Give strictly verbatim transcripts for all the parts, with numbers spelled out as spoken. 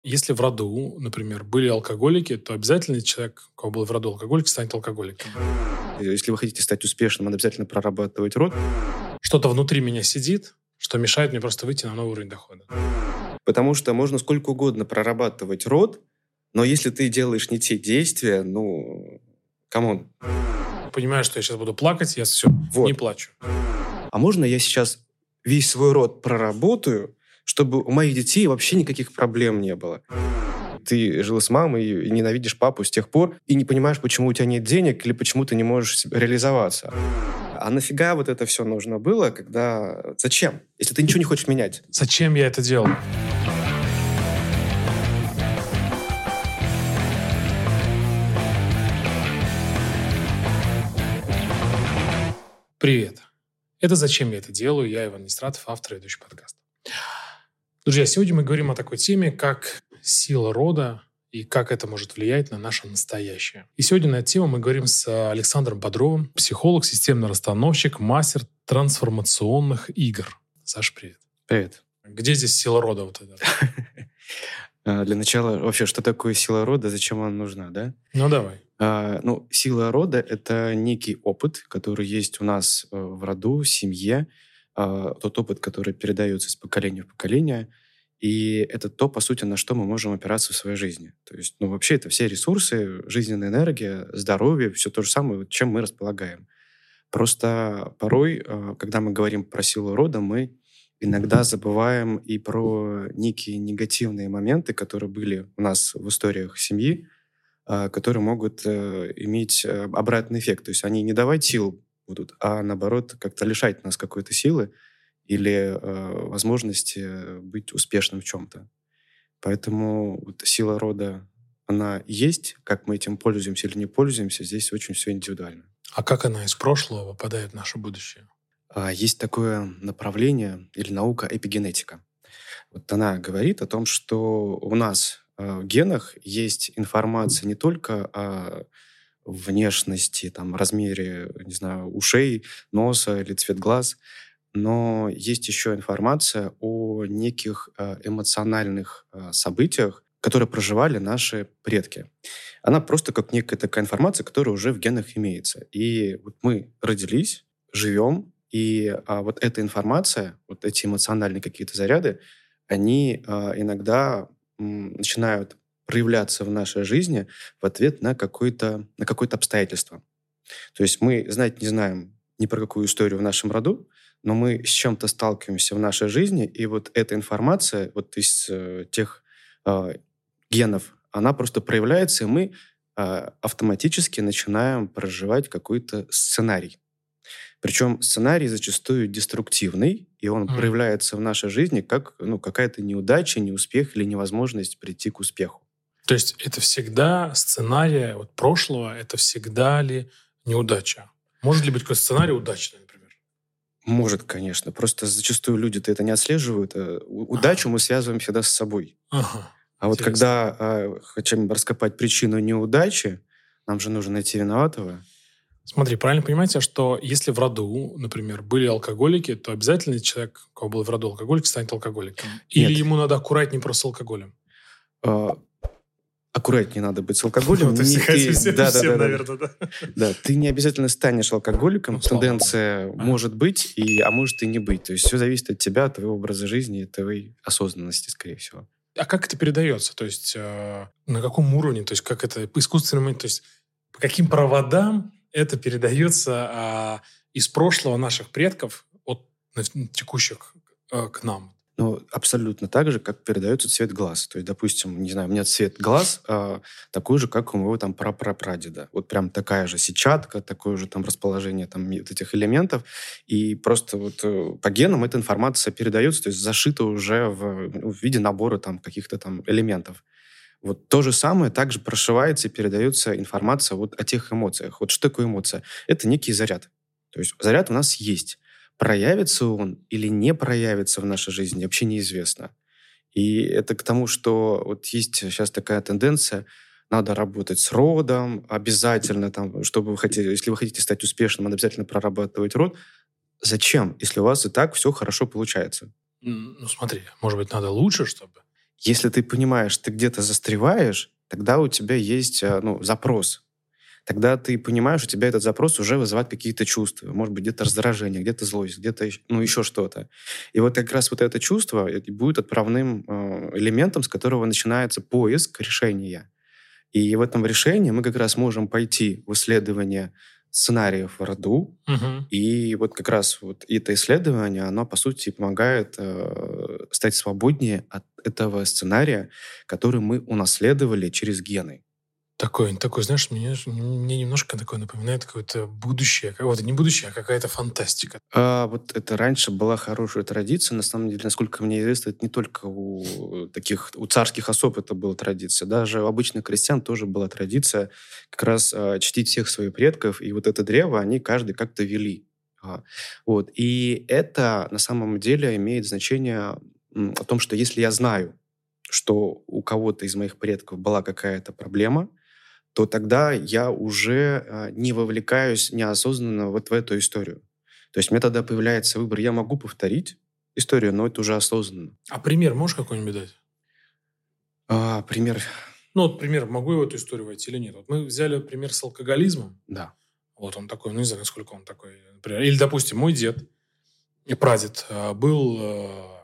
Если в роду, например, были алкоголики, то обязательно человек, у кого был в роду алкоголик, станет алкоголиком. Если вы хотите стать успешным, надо обязательно прорабатывать род. Что-то внутри меня сидит, что мешает мне просто выйти на новый уровень дохода. Потому что можно сколько угодно прорабатывать род, но если ты делаешь не те действия, ну, камон. Понимаю, что я сейчас буду плакать, я все, Вот. не плачу. А можно я сейчас весь свой род проработаю, чтобы у моих детей вообще никаких проблем не было? Ты жил с мамой и ненавидишь папу с тех пор, и не понимаешь, почему у тебя нет денег или почему ты не можешь реализоваться. А нафига вот это все нужно было, когда... Зачем? Если ты ничего не хочешь менять. Зачем я это делал? Привет. Это «Зачем я это делаю?» Я Иван Нестратов, автор и ведущий подкаста. Друзья, сегодня мы говорим о такой теме, как сила рода и как это может влиять на наше настоящее. И сегодня на эту тему мы говорим с Александром Бодровым, психолог, системный расстановщик, мастер трансформационных игр. Саша, привет. Привет. Где здесь сила рода вот эта? Для начала, вообще, что такое сила рода, зачем она нужна, да? Ну, давай. А, ну, сила рода — это некий опыт, который есть у нас в роду, в семье, а, тот опыт, который передается из поколения в поколение, и это то, по сути, на что мы можем опираться в своей жизни. То есть, ну, вообще, это все ресурсы, жизненная энергия, здоровье, все то же самое, чем мы располагаем. Просто порой, когда мы говорим про силу рода, мы иногда забываем и про некие негативные моменты, которые были у нас в историях семьи, которые могут иметь обратный эффект. То есть они не давать сил будут, а наоборот как-то лишать нас какой-то силы или возможности быть успешным в чем-то. Поэтому вот сила рода, она есть. Как мы этим пользуемся или не пользуемся, здесь очень все индивидуально. А как она из прошлого попадает в наше будущее? Есть такое направление или наука эпигенетика. Вот она говорит о том, что у нас в генах есть информация не только о внешности, там, размере, не знаю, ушей, носа или цвет глаз, но есть еще информация о неких эмоциональных событиях, которые проживали наши предки. Она просто как некая такая информация, которая уже в генах имеется. И вот мы родились, живем, и а, вот эта информация, вот эти эмоциональные какие-то заряды, они а, иногда м, начинают проявляться в нашей жизни в ответ на какое-то, на какое-то обстоятельство. То есть мы знать не знаем ни про какую историю в нашем роду, но мы с чем-то сталкиваемся в нашей жизни, и вот эта информация вот из э, тех э, генов, она просто проявляется, и мы э, автоматически начинаем проживать какой-то сценарий. Причем сценарий зачастую деструктивный, и он mm. проявляется в нашей жизни как ну, какая-то неудача, неуспех или невозможность прийти к успеху. То есть это всегда сценарий вот прошлого, это всегда ли неудача? Может ли быть какой-то сценарий удачный, например? Может, конечно. Просто зачастую люди-то это не отслеживают. А удачу ага. мы связываем всегда с собой. Ага. А вот когда а, хотим раскопать причину неудачи, нам же нужно найти виноватого. Смотри, правильно понимаете, что если в роду, например, были алкоголики, то обязательно человек, у кого был в роду алкоголик, станет алкоголиком? Или Нет. ему надо аккуратнее просто с алкоголем? А, аккуратнее надо быть с алкоголем. Это всем, да, всем, да, да, наверное, да. Да, ты не обязательно станешь алкоголиком. Ну, Тенденция ага. может быть, и, а может и не быть. То есть все зависит от тебя, от твоего образа жизни, от твоей осознанности, скорее всего. А как это передается? То есть э, на каком уровне? То есть как это по искусственному... То есть по каким проводам это передается а, из прошлого наших предков от текущих а, к нам? Ну, абсолютно так же, как передается цвет глаз. То есть, допустим, не знаю, у меня цвет глаз а, такой же, как у моего там прапрапрадеда. Вот прям такая же сетчатка, такое же там расположение там вот этих элементов. И просто вот по генам эта информация передается, то есть зашита уже в, в виде набора там каких-то там элементов. Вот то же самое также прошивается и передается информация вот о тех эмоциях. Вот что такое эмоция? Это некий заряд. То есть заряд у нас есть. Проявится он или не проявится в нашей жизни, вообще неизвестно. И это к тому, что вот есть сейчас такая тенденция, надо работать с родом, обязательно, там, чтобы вы хотели, если вы хотите стать успешным, надо обязательно прорабатывать род. Зачем, если у вас и так все хорошо получается? Ну, смотри, может быть, надо лучше, чтобы... Если ты понимаешь, ты где-то застреваешь, тогда у тебя есть ну, запрос. Тогда ты понимаешь, у тебя этот запрос уже вызывает какие-то чувства. Может быть, где-то раздражение, где-то злость, где-то ну, еще что-то. И вот как раз вот это чувство будет отправным элементом, с которого начинается поиск решения. И в этом решении мы как раз можем пойти в исследование сценариев в роду. Угу. И вот как раз вот это исследование, оно, по сути, помогает э, стать свободнее от этого сценария, который мы унаследовали через гены. Такой, такой, знаешь, мне, мне немножко такое напоминает какое-то будущее. Вот не будущее, а какая-то фантастика. А вот это раньше была хорошая традиция. На самом деле, насколько мне известно, это не только у таких, у царских особ это была традиция. Даже у обычных крестьян тоже была традиция как раз а, чтить всех своих предков. И вот это древо они каждый как-то вели. А, вот. И это на самом деле имеет значение м, о том, что если я знаю, что у кого-то из моих предков была какая-то проблема, то тогда я уже а, не вовлекаюсь неосознанно вот в эту историю. То есть у меня тогда появляется выбор. Я могу повторить историю, но это уже осознанно. А пример можешь какой-нибудь дать? А, пример. Ну, вот пример, могу я в эту историю войти или нет? Вот мы взяли пример с алкоголизмом. Да. Вот он такой, ну, не знаю, сколько он такой. Например. Или, допустим, мой дед и прадед а, был а,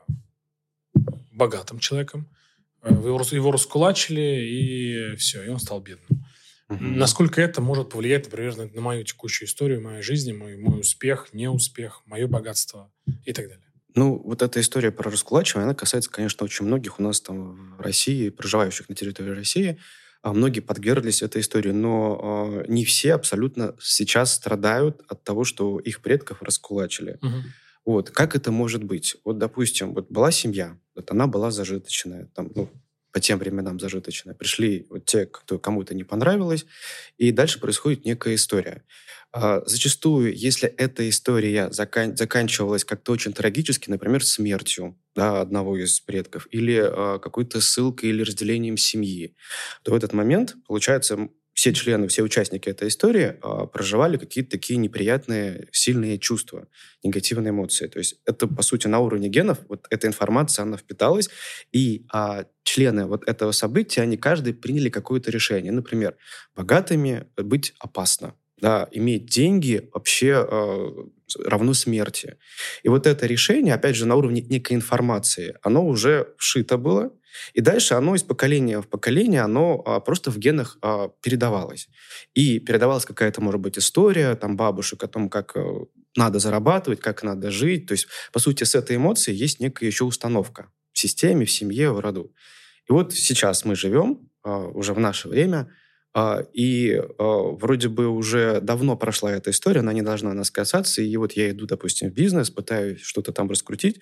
богатым человеком. Его, его раскулачили, и все, и он стал бедным. Угу. Насколько это может повлиять, например, на, на мою текущую историю, мою жизнь, мой, мой успех, неуспех, мое богатство и так далее? Ну, вот эта история про раскулачивание, она касается, конечно, очень многих у нас там в России, проживающих на территории России. А многие подверглись этой истории, но э, не все абсолютно сейчас страдают от того, что их предков раскулачили. Угу. Вот. Как это может быть? Вот, допустим, вот была семья, вот она была зажиточная, там, ну, по тем временам зажиточная. Пришли вот те, кто кому-то не понравилось, и дальше происходит некая история. А, зачастую, если эта история закан- заканчивалась как-то очень трагически, например, смертью, да, одного из предков, или а, какой-то ссылкой или разделением семьи, то в этот момент, получается, все члены, все участники этой истории а, проживали какие-то такие неприятные, сильные чувства, негативные эмоции. То есть это, по сути, на уровне генов, вот эта информация, она впиталась, и а, члены вот этого события, они каждый приняли какое-то решение. Например, богатыми быть опасно. Да, иметь деньги вообще э, равно смерти. И вот это решение, опять же, на уровне некой информации, оно уже вшито было, и дальше оно из поколения в поколение, оно а, просто в генах а, передавалось. И передавалась какая-то, может быть, история там бабушек о том, как а, надо зарабатывать, как надо жить. То есть, по сути, с этой эмоцией есть некая еще установка в системе, в семье, в роду. И вот сейчас мы живем, а, уже в наше время, а, и а, вроде бы уже давно прошла эта история, она не должна нас касаться, и вот я иду, допустим, в бизнес, пытаюсь что-то там раскрутить,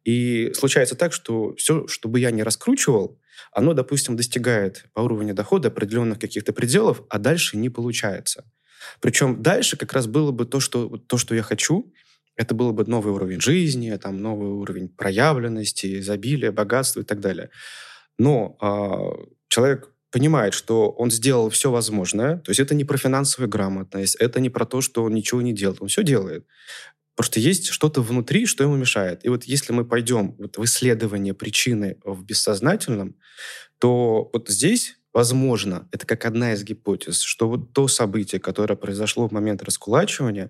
и случается так, что все, что бы я не раскручивал, оно, допустим, достигает по уровню дохода определенных каких-то пределов, а дальше не получается. Причем дальше как раз было бы то, что, то, что я хочу, это был бы новый уровень жизни, там, новый уровень проявленности, изобилия, богатства и так далее. Но а, человек понимает, что он сделал все возможное. То есть это не про финансовую грамотность, это не про то, что он ничего не делает. Он все делает. Просто есть что-то внутри, что ему мешает. И вот если мы пойдем вот в исследование причины в бессознательном, то вот здесь, возможно, это как одна из гипотез, что вот то событие, которое произошло в момент раскулачивания,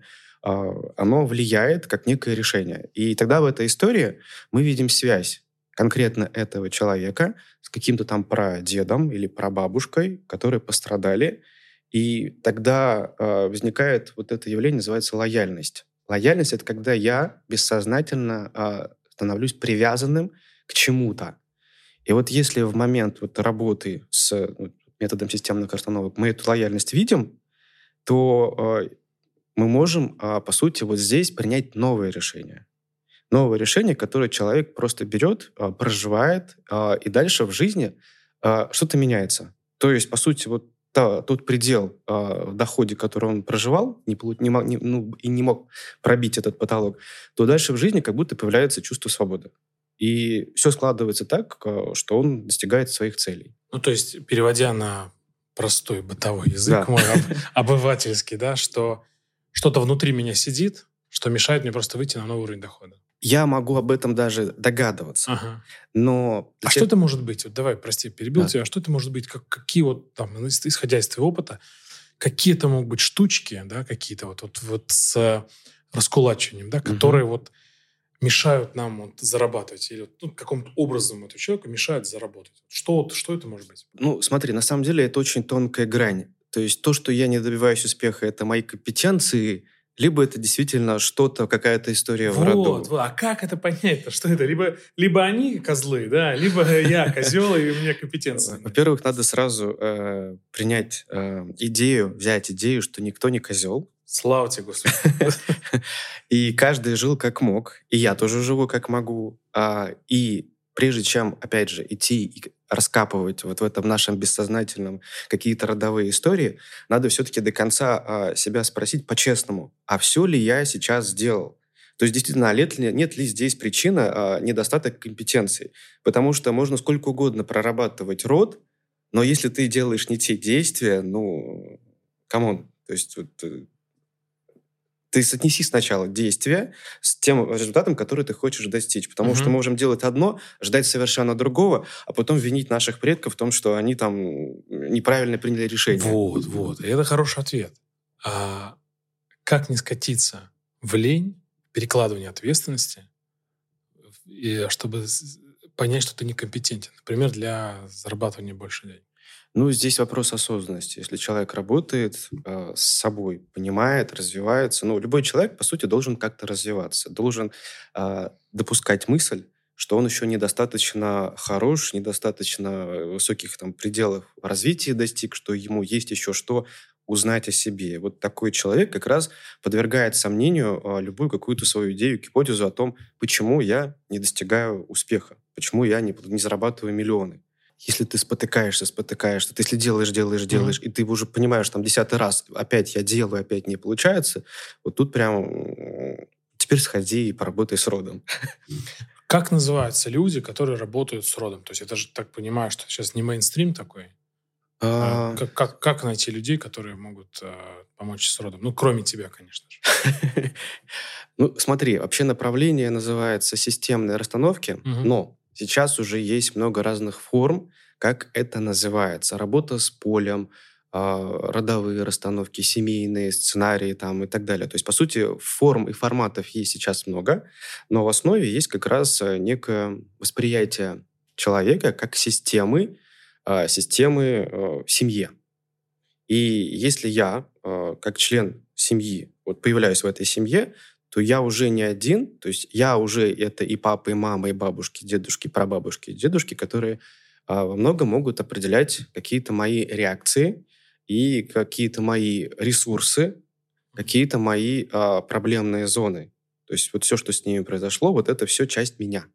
оно влияет как некое решение. И тогда в этой истории мы видим связь конкретно этого человека с каким-то там прадедом или прабабушкой, которые пострадали. И тогда э, возникает вот это явление, называется лояльность. Лояльность — это когда я бессознательно э, становлюсь привязанным к чему-то. И вот если в момент вот работы с ну, методом системных расстановок мы эту лояльность видим, то э, мы можем, э, по сути, вот здесь принять новое решение. Новое решение, которое человек просто берет, проживает, и дальше в жизни что-то меняется. То есть, по сути, вот тот предел в доходе, который он проживал, не, не, не, ну, и не мог пробить этот потолок, то дальше в жизни как будто появляется чувство свободы. И все складывается так, что он достигает своих целей. Ну, то есть, переводя на простой бытовой язык, да. мой обывательский, да, что что-то внутри меня сидит, что мешает мне просто выйти на новый уровень дохода. Я могу об этом даже догадываться. Ага. Но... А тех... что это может быть? Вот давай, прости, перебил да. тебя. А что это может быть? Как, какие вот там, исходя из твоего опыта, какие это могут быть штучки, да, какие-то вот, вот, вот с раскулачиванием, да, которые угу. вот мешают нам вот зарабатывать или ну, каким-то образом этому человеку мешают заработать? Что, что это может быть? Ну, смотри, на самом деле это очень тонкая грань. То есть то, что я не добиваюсь успеха, это мои компетенции, либо это действительно что-то, какая-то история вот, в роду. Вот, а как это понять-то? Что это? Либо, либо они козлы, да, либо я козел, и у меня компетенции. Во-первых, надо сразу э, принять э, идею, взять идею, что никто не козел. Слава тебе, Господи. И каждый жил как мог. И я тоже живу как могу. И прежде чем, опять же, идти и раскапывать вот в этом нашем бессознательном какие-то родовые истории, надо все-таки до конца себя спросить по-честному, а все ли я сейчас сделал? То есть, действительно, нет ли, нет ли здесь причина недостаток компетенции? Потому что можно сколько угодно прорабатывать род, но если ты делаешь не те действия, ну, камон, то есть... Вот, ты соотнеси сначала действия с тем результатом, который ты хочешь достичь. Потому угу. что мы можем делать одно, ждать совершенно другого, а потом винить наших предков в том, что они там неправильно приняли решение. Вот, вот. И это хороший ответ. А как не скатиться в лень, перекладывание ответственности, и чтобы понять, что ты некомпетентен? Например, для зарабатывания больше денег. Ну, здесь вопрос осознанности. Если человек работает э, с собой, понимает, развивается, ну, любой человек, по сути, должен как-то развиваться, должен э, допускать мысль, что он еще недостаточно хорош, недостаточно высоких там пределов развития достиг, что ему есть еще что узнать о себе. Вот такой человек как раз подвергает сомнению э, любую какую-то свою идею, гипотезу о том, почему я не достигаю успеха, почему я не, не зарабатываю миллионы. Если ты спотыкаешься, спотыкаешься, ты если делаешь, делаешь, делаешь, mm-hmm. и ты уже понимаешь, там, десятый раз опять я делаю, опять не получается, вот тут прям теперь сходи и поработай с родом. Как называются люди, которые работают с родом? То есть это же, так понимаю, что сейчас не мейнстрим такой. А... Как, как, как найти людей, которые могут а, помочь с родом? Ну, кроме тебя, конечно же. Ну, смотри, вообще направление называется системные расстановки, но сейчас уже есть много разных форм, как это называется. Работа с полем, родовые расстановки, семейные сценарии там, и так далее. То есть, по сути, форм и форматов есть сейчас много, но в основе есть как раз некое восприятие человека как системы, системы в семье. И если я, как член семьи, вот появляюсь в этой семье, то я уже не один, то есть я уже это и папа, и мама, и бабушки, дедушки, прабабушки, дедушки, которые а, во многом могут определять какие-то мои реакции и какие-то мои ресурсы, какие-то мои а, проблемные зоны. То есть вот все, что с ними произошло, вот это все часть меня.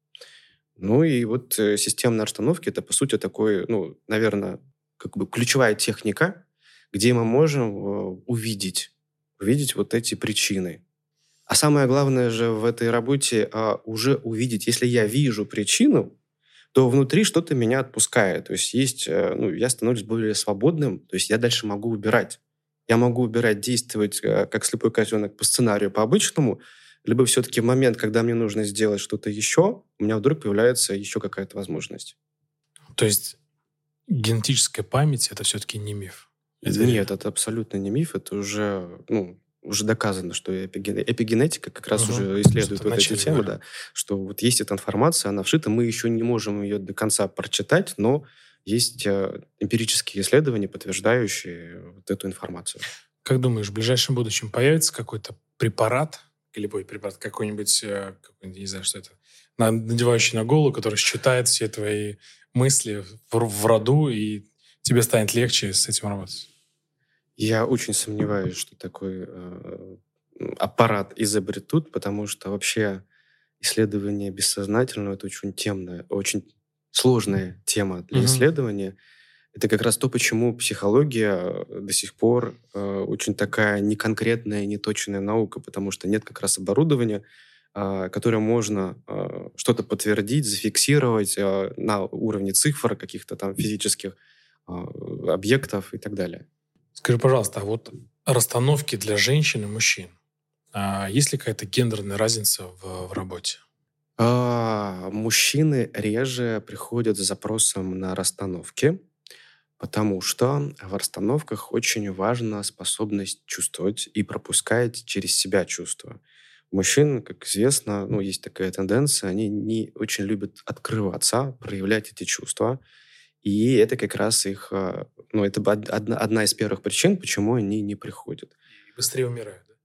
Ну и вот э, системные расстановки, это, по сути, такой, ну, наверное, как бы ключевая техника, где мы можем э, увидеть, увидеть вот эти причины. А самое главное же в этой работе а, уже увидеть, если я вижу причину, то внутри что-то меня отпускает. То есть есть, ну, я становлюсь более свободным, то есть я дальше могу выбирать. Я могу выбирать действовать как слепой котенок по сценарию, по обычному, либо все-таки в момент, когда мне нужно сделать что-то еще, у меня вдруг появляется еще какая-то возможность. То есть генетическая память – это все-таки не миф? Это Нет, реально? Это абсолютно не миф, это уже... ну, уже доказано, что эпиген... эпигенетика как раз угу. уже исследует вот эти темы, да, что вот есть эта информация, она вшита, мы еще не можем ее до конца прочитать, но есть э, эмпирические исследования, подтверждающие вот эту информацию. Как думаешь, в ближайшем будущем появится какой-то препарат, или будет препарат какой-нибудь, э, какой-нибудь, не знаю, что это, надевающий на голову, который считает все твои мысли в, в роду, и тебе станет легче с этим работать? Я очень сомневаюсь, что такой э, аппарат изобретут, потому что вообще исследование бессознательного – это очень темная, очень сложная тема для uh-huh. исследования. Это как раз то, почему психология до сих пор э, очень такая неконкретная, неточная наука, потому что нет как раз оборудования, э, которое можно э, что-то подтвердить, зафиксировать э, на уровне цифр, каких-то там физических э, объектов и так далее. Скажи, пожалуйста, а вот расстановки для женщин и мужчин, А есть ли какая-то гендерная разница в, в работе? А, мужчины реже приходят с запросом на расстановки, потому что в расстановках очень важна способность чувствовать и пропускать через себя чувства. У мужчин, как известно, ну, есть такая тенденция, они не очень любят открываться, проявлять эти чувства. И это как раз их, а, ну, это бы од- одна, одна из первых причин, почему они не приходят. И быстрее умирают, да?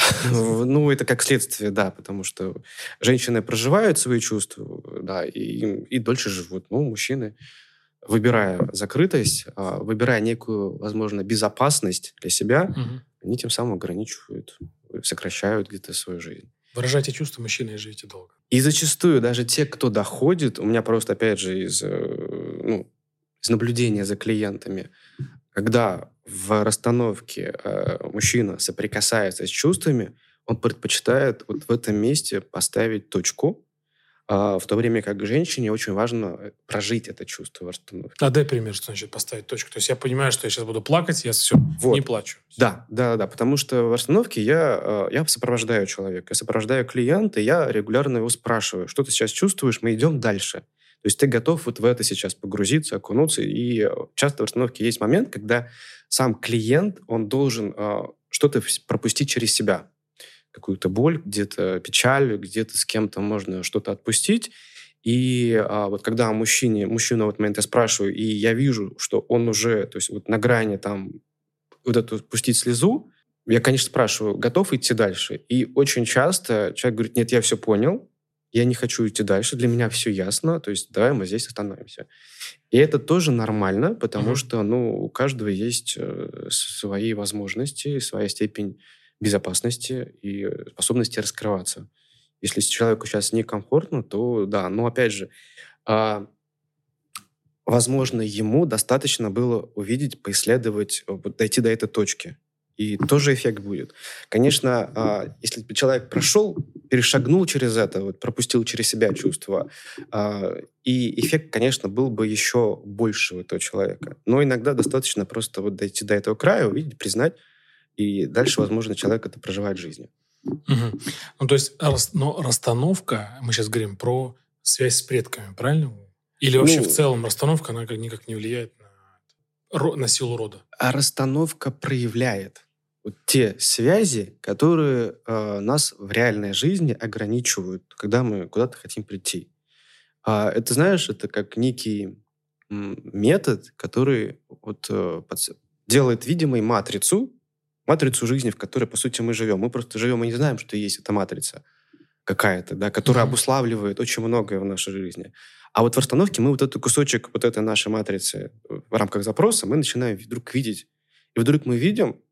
Ну, это как следствие, да, потому что женщины проживают свои чувства, да, и, им- и дольше живут. Ну, мужчины, выбирая закрытость, а, выбирая некую, возможно, безопасность для себя, Мгм. они тем самым ограничивают, сокращают где-то свою жизнь. Выражайте чувства мужчины и живите долго. И зачастую даже те, кто доходит, у меня просто, опять же, из, э, ну, из наблюдения за клиентами, когда в расстановке э, мужчина соприкасается с чувствами, он предпочитает вот в этом месте поставить точку, а, в то время как женщине очень важно э, прожить это чувство в расстановке. А дай пример, что значит поставить точку. То есть я понимаю, что я сейчас буду плакать, я все, Вот. не плачу. Да, да, да, потому что в расстановке я, э, я сопровождаю человека, я сопровождаю клиента, я регулярно его спрашиваю, что ты сейчас чувствуешь, мы идем дальше. То есть ты готов вот в это сейчас погрузиться, окунуться. И э, часто в расстановке есть момент, когда сам клиент, он должен э, что-то вс- пропустить через себя. Какую-то боль, где-то печаль, где-то с кем-то можно что-то отпустить. И а, вот когда мужчине, мужчину в этот момент я спрашиваю, и я вижу, что он уже, то есть вот на грани там вот эту пустить слезу, я, конечно, спрашиваю, готов идти дальше? И очень часто человек говорит, нет, я все понял, я не хочу идти дальше, для меня все ясно, то есть давай мы здесь остановимся. И это тоже нормально, потому Мгм. что, ну, у каждого есть э, свои возможности, своя степень безопасности и э, способности раскрываться. Если человеку сейчас некомфортно, то да, но опять же, а, возможно, ему достаточно было увидеть, поисследовать, э, вот дойти до этой точки. И тоже эффект будет. Конечно, а, если бы человек прошел, перешагнул через это, вот, пропустил через себя чувства, а, и эффект, конечно, был бы еще больше у этого человека. Но иногда достаточно просто вот дойти до этого края, увидеть, признать, и дальше, возможно, человек это проживает в жизни. Мгм. Ну, то есть, рас- но расстановка, мы сейчас говорим про связь с предками, правильно? Или вообще в Ну, целом расстановка, она как- никак не влияет на, ро- на силу рода? а расстановка проявляет вот те связи, которые э, нас в реальной жизни ограничивают, когда мы куда-то хотим прийти. А, это, знаешь, это как некий м, метод, который вот, э, подс- делает видимой матрицу, матрицу жизни, в которой, по сути, мы живем. Мы просто живем и не знаем, что есть эта матрица какая-то, да, которая Мгм. обуславливает очень многое в нашей жизни. А вот в расстановке мы вот этот кусочек вот этой нашей матрицы э, в рамках запроса мы начинаем вдруг видеть. И вдруг мы видим,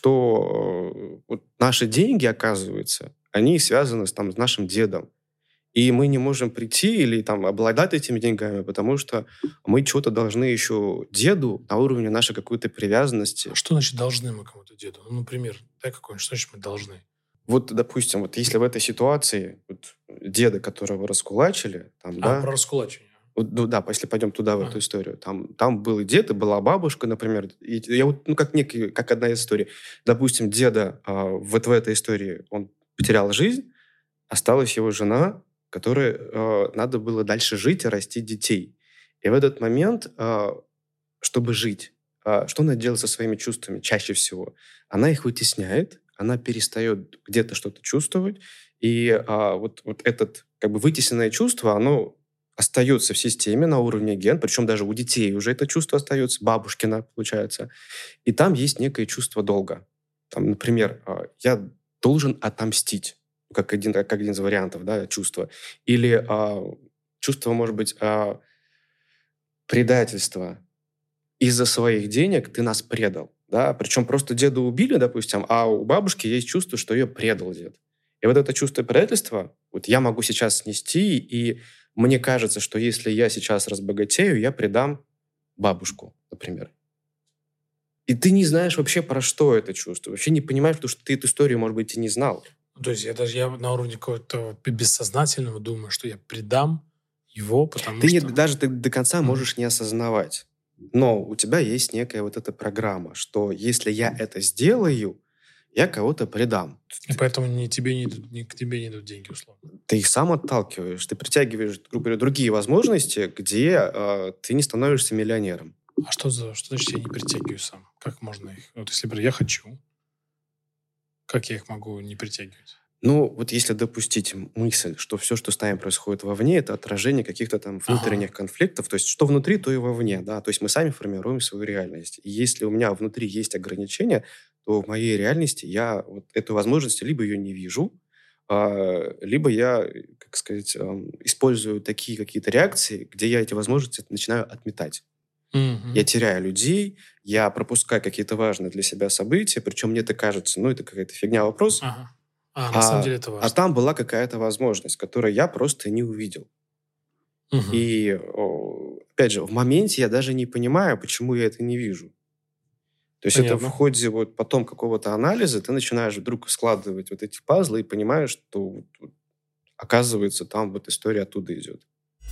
что э, вот наши деньги, оказывается, они связаны с, там, с нашим дедом. И мы не можем прийти или там обладать этими деньгами, потому что мы что-то должны еще деду на уровне нашей какой-то привязанности. А что значит должны мы кому-то деду? Ну, например, дай какой-нибудь, что значит мы должны? Вот, допустим, вот если в этой ситуации вот, деда, которого раскулачили, там, А, да, про раскулачивание. вот, ну да, если пойдем туда, в эту Ага. историю, там, там был и дед, и была бабушка, например. И я вот, ну, как некий, как одна из историй. Допустим, деда а, вот в этой истории, он потерял жизнь, осталась его жена, которой а, надо было дальше жить и растить детей. И в этот момент, а, чтобы жить, а, что она делает со своими чувствами чаще всего? Она их вытесняет, она перестает где-то что-то чувствовать, и а, вот, вот этот как бы вытесненное чувство, оно остается в системе на уровне ген, причем даже у детей уже это чувство остается, бабушкина, получается. И там есть некое чувство долга. Там, например, а, я должен отомстить, как один, как один из вариантов, да, чувства. Или а, чувство, может быть, а, предательства. Из-за своих денег ты нас предал. Да? Причем просто деда убили, допустим, а у бабушки есть чувство, что ее предал дед. И вот это чувство предательства вот я могу сейчас снести, и мне кажется, что если я сейчас разбогатею, я предам бабушку, например. И ты не знаешь вообще, про что это чувство. Вообще не понимаешь, потому что ты эту историю, может быть, и не знал. Ну, то есть я даже я на уровне какого-то бессознательного думаю, что я предам его, потому Ты не- что... даже ты до конца Мгм. можешь не осознавать. Но у тебя есть некая вот эта программа, что если я это сделаю, я кого-то предам. И поэтому ни тебе не идут, ни к тебе не идут деньги, условно. Ты их сам отталкиваешь, ты притягиваешь, грубо говоря, другие возможности, где э, ты не становишься миллионером. А что за, что значит я не притягиваю сам? Как можно их? Вот если, например, я хочу, как я их могу не притягивать? Ну, вот если допустить мысль, что все, что с нами происходит вовне, это отражение каких-то там внутренних Ага. конфликтов, то есть что внутри, то и вовне, да, то есть мы сами формируем свою реальность. И если у меня внутри есть ограничения, то в моей реальности я вот эту возможность либо ее не вижу, а, либо я, как сказать, ам, использую такие какие-то реакции, где я эти возможности начинаю отметать. Мгм. Я теряю людей, я пропускаю какие-то важные для себя события, причем мне это кажется, ну, это какая-то фигня вопрос, Ага. А, на самом а, деле это а важно. там была какая-то возможность, которую я просто не увидел. Мгм. И, о, опять же, в моменте я даже не понимаю, почему я это не вижу. То есть это в Понятно. ходе вот потом какого-то анализа ты начинаешь вдруг складывать вот эти пазлы и понимаешь, что вот, вот, оказывается, там вот история оттуда идет.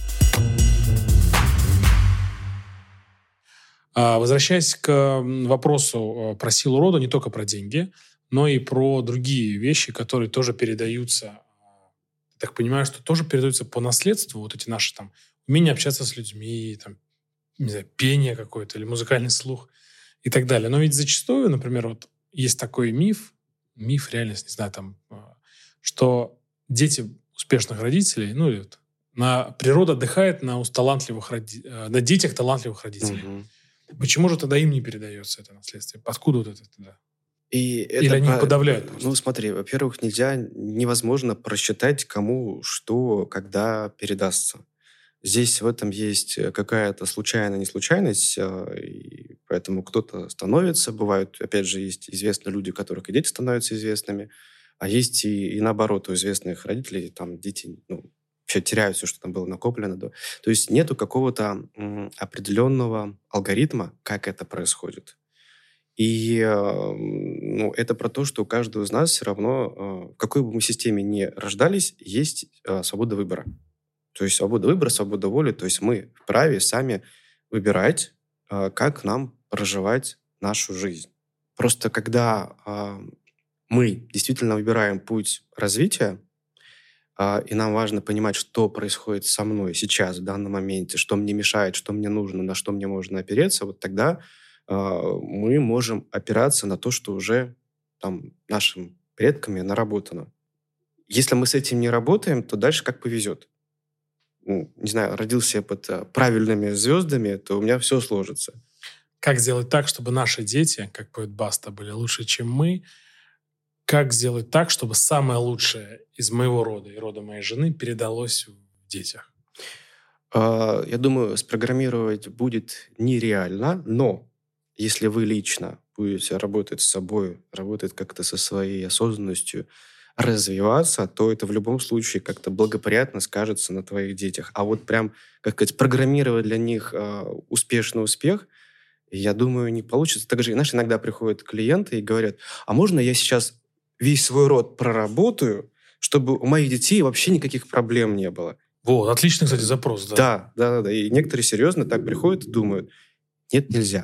А, Возвращаясь к м, вопросу э, про силу рода, не только про деньги, но и про другие вещи, которые тоже передаются. Я так понимаю, что тоже передаются по наследству, вот эти наши там умение общаться с людьми, там, не знаю, пение какое-то или музыкальный слух и так далее. Но ведь зачастую, например, вот есть такой миф, миф, реальность, не знаю, там, э, что дети успешных родителей, ну, или вот на, природа отдыхает на, ус- талантливых роди- э, на детях талантливых родителей. Мгм. Почему же тогда им не передается это наследство? Откуда вот это тогда? И Или это, они их про- подавляют ну, просто? смотри, во-первых, нельзя, невозможно просчитать, кому что, когда передастся. Здесь в этом есть э, какая-то случайная неслучайность, а, и поэтому кто-то становится. Бывают, опять же, есть известные люди, у которых и дети становятся известными, а есть и, и наоборот, у известных родителей там дети ну, вообще теряют все, что там было накоплено. Да. То есть нету какого-то м, определенного алгоритма, как это происходит. И э, м, ну, это про то, что у каждого из нас все равно, э, в какой бы мы системе ни рождались, есть э, свобода выбора. То есть свобода выбора, свобода воли. То есть мы вправе сами выбирать, а, как нам проживать нашу жизнь. Просто когда а, мы действительно выбираем путь развития, а, и нам важно понимать, что происходит со мной сейчас, в данном моменте, что мне мешает, что мне нужно, на что мне можно опереться, вот тогда а, мы можем опираться на то, что уже там нашими предками наработано. Если мы с этим не работаем, то дальше как повезет. Ну, не знаю, родился я под а, правильными звездами, то у меня все сложится. Как сделать так, чтобы наши дети, как поет Баста, были лучше, чем мы? Как сделать так, чтобы самое лучшее из моего рода и рода моей жены передалось в детях? А, Я думаю, спрограммировать будет нереально, но если вы лично будете работать с собой, работать как-то со своей осознанностью, развиваться, то это в любом случае как-то благоприятно скажется на твоих детях. А вот прям, как сказать, программировать для них а, успешный успех, я думаю, не получится. Так же, знаешь, иногда приходят клиенты и говорят, а можно я сейчас весь свой род проработаю, чтобы у моих детей вообще никаких проблем не было? Вот, отличный, кстати, запрос, да. Да, да, да, да. И некоторые серьезно так приходят и думают, нет, нельзя.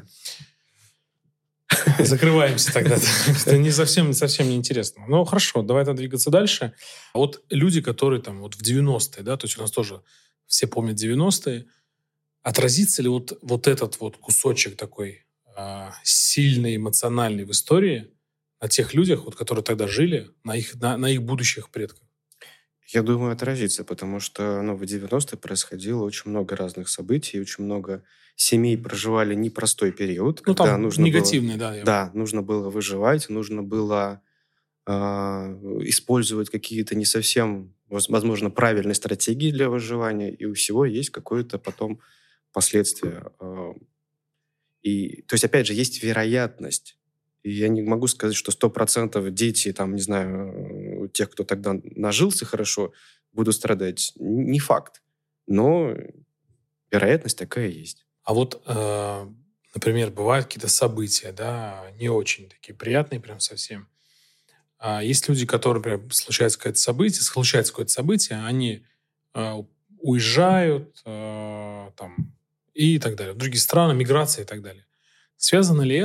Закрываемся тогда. Это не совсем, совсем неинтересно. Ну, хорошо, давай тогда двигаться дальше. Вот люди, которые там вот в девяностые, да, то есть у нас тоже все помнят девяностые, отразится ли вот, вот этот вот кусочек такой а, сильный, эмоциональный в истории на тех людях, вот, которые тогда жили, на их, на, на их будущих предках? Я думаю, отразится, потому что ну, в девяностые происходило очень много разных событий, очень много семей проживали непростой период, Ну, когда там нужно было, негативные, да. Я... да, нужно было выживать, нужно было а, использовать какие-то не совсем, воз- возможно, правильные стратегии для выживания, и у всего есть какое-то потом последствие. А, И, то есть, опять же, есть вероятность. И я не могу сказать, что сто процентов дети, там, не знаю, э, тех, кто тогда нажился хорошо, будут страдать. Н- Не факт. Но вероятность такая есть. А вот, э, например, бывают какие-то события, да, не очень такие приятные прям совсем. А есть люди, которые, например, случается какое-то событие, случается какое-то событие, они э, уезжают э, там, и так далее, в другие страны, миграция и так далее. Связано ли это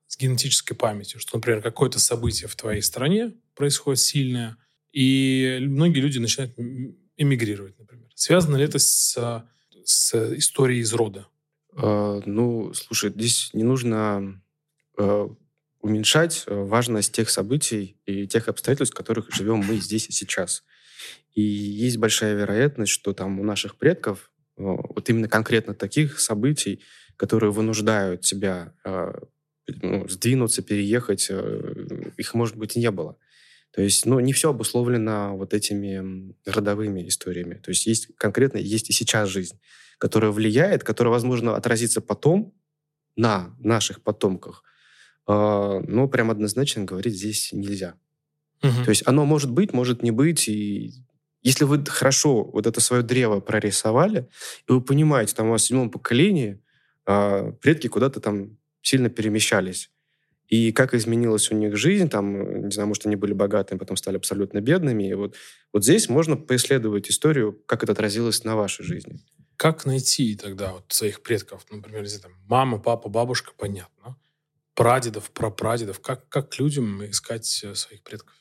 с генетической памятью, что, например, какое-то событие в твоей стране происходит сильное, и многие люди начинают эмигрировать, например. Связано ли это с, с историей из рода? Э, ну, слушай, здесь не нужно э, уменьшать э, важность тех событий и тех обстоятельств, в которых живем мы здесь и сейчас. И есть большая вероятность, что там у наших предков э, вот именно конкретно таких событий, которые вынуждают тебя э, ну, сдвинуться, переехать, э, их, может быть, и не было. То есть, ну, не все обусловлено вот этими м, родовыми историями. То есть есть конкретно, есть и сейчас жизнь, которая влияет, которая, возможно, отразится потом на наших потомках. А, но прям однозначно говорить здесь нельзя. Мгм. То есть оно может быть, может не быть. И если вы хорошо вот это свое древо прорисовали, и вы понимаете, там у вас в седьмом поколении а, предки куда-то там сильно перемещались, и как изменилась у них жизнь, там, не знаю, может, они были богатыми, потом стали абсолютно бедными. И вот, вот здесь можно поисследовать историю, как это отразилось на вашей жизни. Как найти тогда вот своих предков? Например, если там мама, папа, бабушка, понятно. Прадедов, прапрадедов. Как, как людям искать э, своих предков?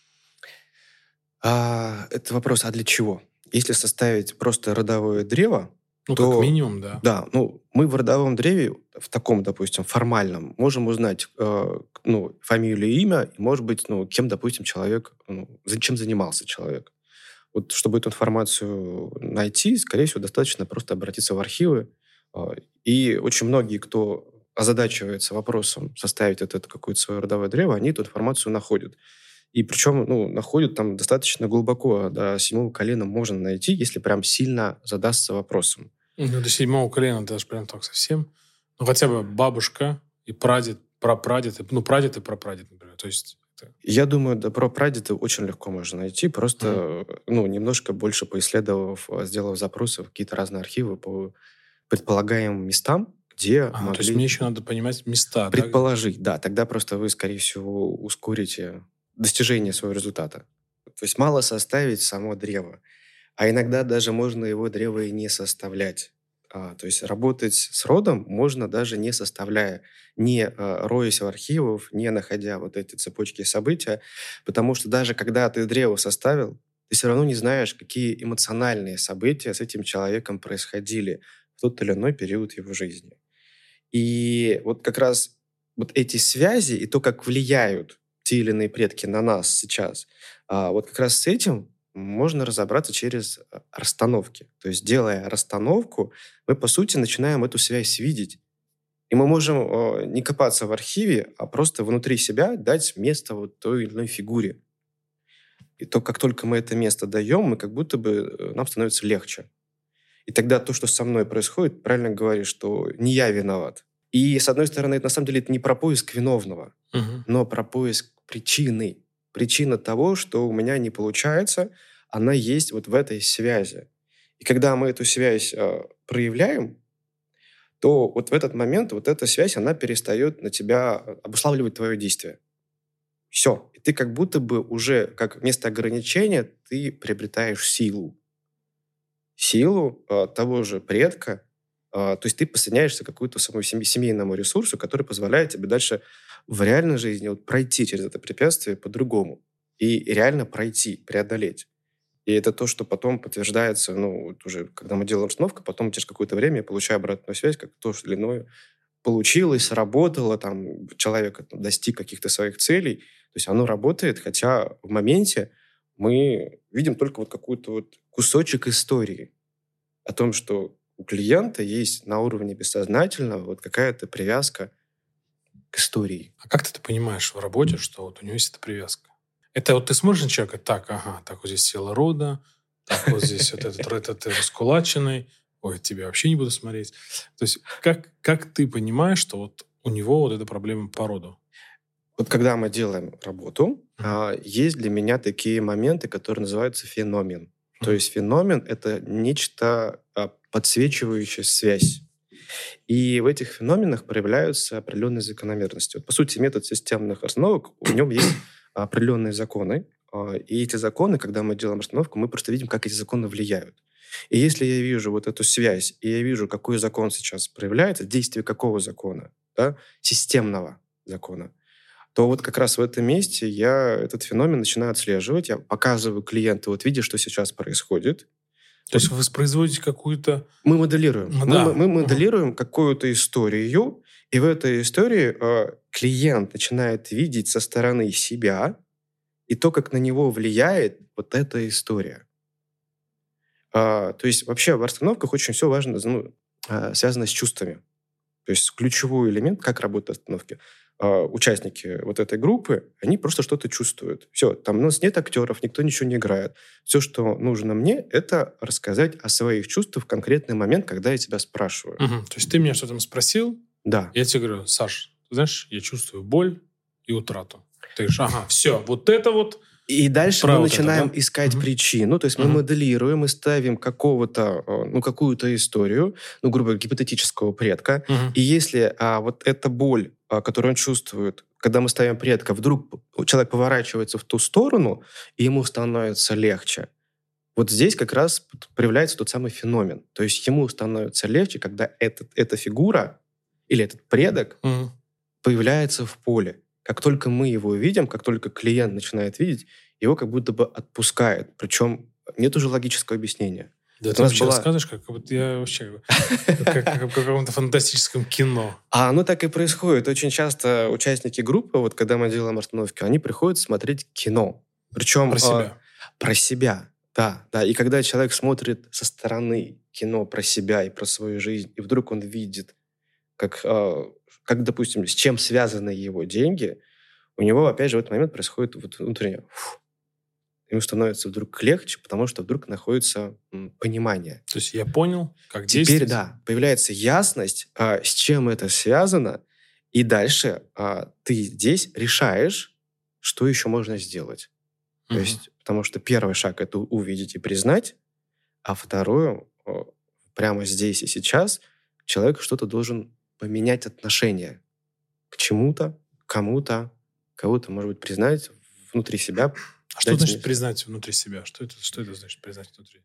А, это вопрос, а для чего? Если составить просто родовое древо, Ну, то как минимум, да. да, ну, мы в родовом древе, в таком, допустим, формальном, можем узнать э, ну, фамилию и имя, и, может быть, ну, кем, допустим, человек, ну, за- чем занимался человек. Вот чтобы эту информацию найти, скорее всего, достаточно просто обратиться в архивы. А, И очень многие, кто озадачивается вопросом составить это, это какое-то свое родовое древо, они эту информацию находят. И причем, ну, находят там достаточно глубоко, до седьмого колена можно найти, если прям сильно задастся вопросом. Ну, до седьмого колена даже прям так совсем. Ну, хотя бы бабушка и прадед, прапрадед, и- ну, прадед и прапрадед, например. То есть это... Я думаю, да, про прадеда очень легко можно найти, Мгм. просто, ну, немножко больше поисследовав, а, сделав запросы в какие-то разные архивы по предполагаемым местам, где Ага, то есть мне могли еще надо понимать места, да? где- предположить. Да, тогда просто вы, скорее всего, ускорите достижение своего результата. То есть мало составить само древо, а иногда даже можно его древо и не составлять. А, то есть работать с родом можно даже не составляя, не а, роясь в архивах, не находя вот эти цепочки события, потому что даже когда ты древо составил, ты все равно не знаешь, какие эмоциональные события с этим человеком происходили в тот или иной период его жизни. И вот как раз вот эти связи и то, как влияют те или иные предки на нас сейчас, а, вот как раз с этим можно разобраться через а, расстановки. То есть, делая расстановку, мы, по сути, начинаем эту связь видеть. И мы можем э, не копаться в архиве, а просто внутри себя дать место вот той или иной фигуре. И то, как только мы это место даем, мы как будто бы э, нам становится легче. И тогда то, что со мной происходит, правильно говоришь, что не я виноват. И, с одной стороны, это на самом деле это не про поиск виновного, Мгм. но про поиск причины. Причина того, что у меня не получается, она есть вот в этой связи. И когда мы эту связь э, проявляем, то вот в этот момент вот эта связь, она перестает на тебя э, обуславливать твое действие. Все. И ты как будто бы уже, как вместо ограничения, ты приобретаешь силу. Силу а, того же предка. А, то есть ты подсоединяешься к какому-то самому сем- семейному ресурсу, который позволяет тебе дальше в реальной жизни вот пройти через это препятствие по-другому. И реально пройти, преодолеть. И это то, что потом подтверждается, ну, вот уже, когда мы делаем установку, потом через какое-то время я получаю обратную связь, как то или иное получилось, сработало, там, человек там, достиг каких-то своих целей. То есть оно работает, хотя в моменте мы видим только вот какой-то вот кусочек истории о том, что у клиента есть на уровне бессознательного вот какая-то привязка к истории. А как ты это понимаешь в работе, что вот у него есть эта привязка? Это вот ты смотришь на человека, так, ага, так вот здесь сила рода, так вот здесь вот этот, этот раскулаченный, ой, тебя вообще не буду смотреть. То есть как, как ты понимаешь, что вот у него вот эта проблема по роду? Вот когда мы делаем работу, Мгм. а, есть для меня такие моменты, которые называются феномен. То Мгм. есть феномен– это нечто а, подсвечивающее связь. И в этих феноменах проявляются определенные закономерности. Вот, по сути, метод системных расстановок, в нем есть определенные законы. а, И эти законы, когда мы делаем расстановку, мы просто видим, как эти законы влияют. И если я вижу вот эту связь, и я вижу, какой закон сейчас проявляется, действие какого закона, да, системного закона, то вот как раз в этом месте я этот феномен начинаю отслеживать. Я показываю клиенту, вот видишь, что сейчас происходит. То есть вы воспроизводите какую-то... Мы моделируем. Ну, мы, да. мы моделируем uh-huh. какую-то историю, и в этой истории э, клиент начинает видеть со стороны себя и то, как на него влияет вот эта история. А, то есть вообще в расстановках очень все важно, ну, а, связано с чувствами. То есть ключевой элемент, как работают расстановки. А, участники вот этой группы, они просто что-то чувствуют. Все, там у нас нет актеров, никто ничего не играет. Все, что нужно мне, это рассказать о своих чувствах в конкретный момент, когда я тебя спрашиваю. Угу. То есть ты меня что-то спросил, да. Я тебе говорю: Саш, ты знаешь, я чувствую боль и утрату. Ты говоришь: ага, все, вот это вот... И дальше мы вот начинаем это, да? искать угу. причину, то есть мы угу. моделируем и ставим какого-то, ну, какую-то историю, ну, грубо говоря, гипотетического предка. Угу. И если а, вот эта боль, а, которую он чувствует, когда мы ставим предка, вдруг человек поворачивается в ту сторону, и ему становится легче. Вот здесь как раз проявляется тот самый феномен. То есть ему становится легче, когда этот, эта фигура или этот предок угу. появляется в поле. Как только мы его видим, как только клиент начинает видеть, его как будто бы отпускает. Причем нет уже логического объяснения. Да, ты вообще была... рассказываешь, как будто я вообще как в каком-то фантастическом кино. А оно так и происходит. Очень часто участники группы, вот когда мы делаем расстановки, они приходят смотреть кино. Причем... Про себя. Про себя, да. да. И когда человек смотрит со стороны кино про себя и про свою жизнь, и вдруг он видит, как... как, допустим, с чем связаны его деньги, у него, опять же, в этот момент происходит вот внутреннее... Фу, ему становится вдруг легче, потому что вдруг находится м, понимание. То есть я понял, как Теперь, действовать. да, появляется ясность, а, с чем это связано, и дальше а, ты здесь решаешь, что еще можно сделать. Угу. То есть, потому что первый шаг — это увидеть и признать, а второе, прямо здесь и сейчас человек что-то должен поменять отношение к чему-то, к кому-то, кого-то, может быть, признать внутри себя. А что значит признать внутри себя? Что это, что это значит признать внутри?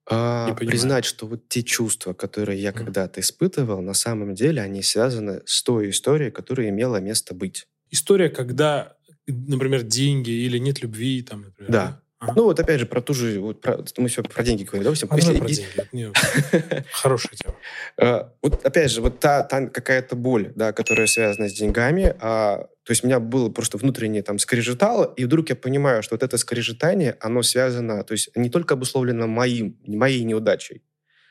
А, признать, что вот те чувства, которые я mm. когда-то испытывал, на самом деле они связаны с той историей, которая имела место быть. История, когда, например, деньги или нет любви, там, например. Да. да? Ага. Ну, вот опять же, про ту же... Вот про, мы все про деньги говорим. Допустим, а если... про деньги. Хорошая тема. Вот опять же, вот та, та какая-то боль, да, которая связана с деньгами, а, то есть у меня было просто внутреннее там скрежетало, и вдруг я понимаю, что вот это скрежетание, оно связано, то есть не только обусловлено моим, моей неудачей,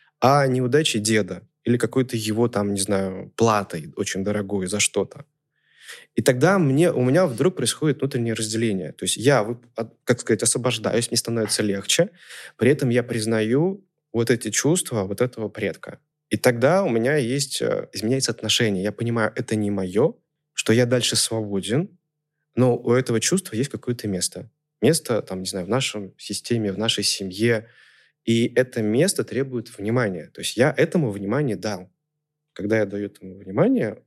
а неудачей деда или какой-то его там, не знаю, платой очень дорогой за что-то. И тогда мне, у меня вдруг происходит внутреннее разделение. То есть я, как сказать, освобождаюсь, мне становится легче, при этом я признаю вот эти чувства вот этого предка. И тогда у меня есть, изменяется отношение. Я понимаю, это не мое, что я дальше свободен, но у этого чувства есть какое-то место. Место, там, не знаю, в нашей системе, в нашей семье. И это место требует внимания. То есть я этому внимание дал. Когда я даю этому внимание,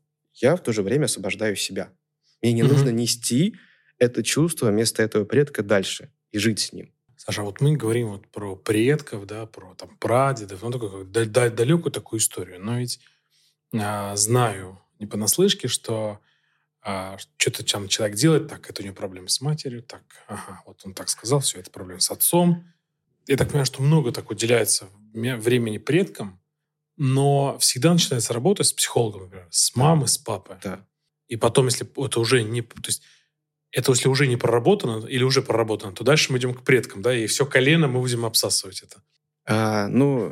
я в то же время освобождаю себя. Мне не mm-hmm. нужно нести это чувство вместо этого предка дальше и жить с ним. Саша, вот мы говорим вот про предков, да, про там, прадедов, ну, такую далекую такую историю. Но ведь а, знаю не понаслышке, что а, что-то там человек делает, так, это у него проблемы с матерью, так, ага, вот он так сказал, все, это проблемы с отцом. Я так понимаю, что много так уделяется времени предкам, но всегда начинается работа с психологом, например, с мамой, с папой. Да. И потом, если это уже не... То есть это если уже не проработано или уже проработано, то дальше мы идем к предкам, да, и все колено мы будем обсасывать это. А, ну,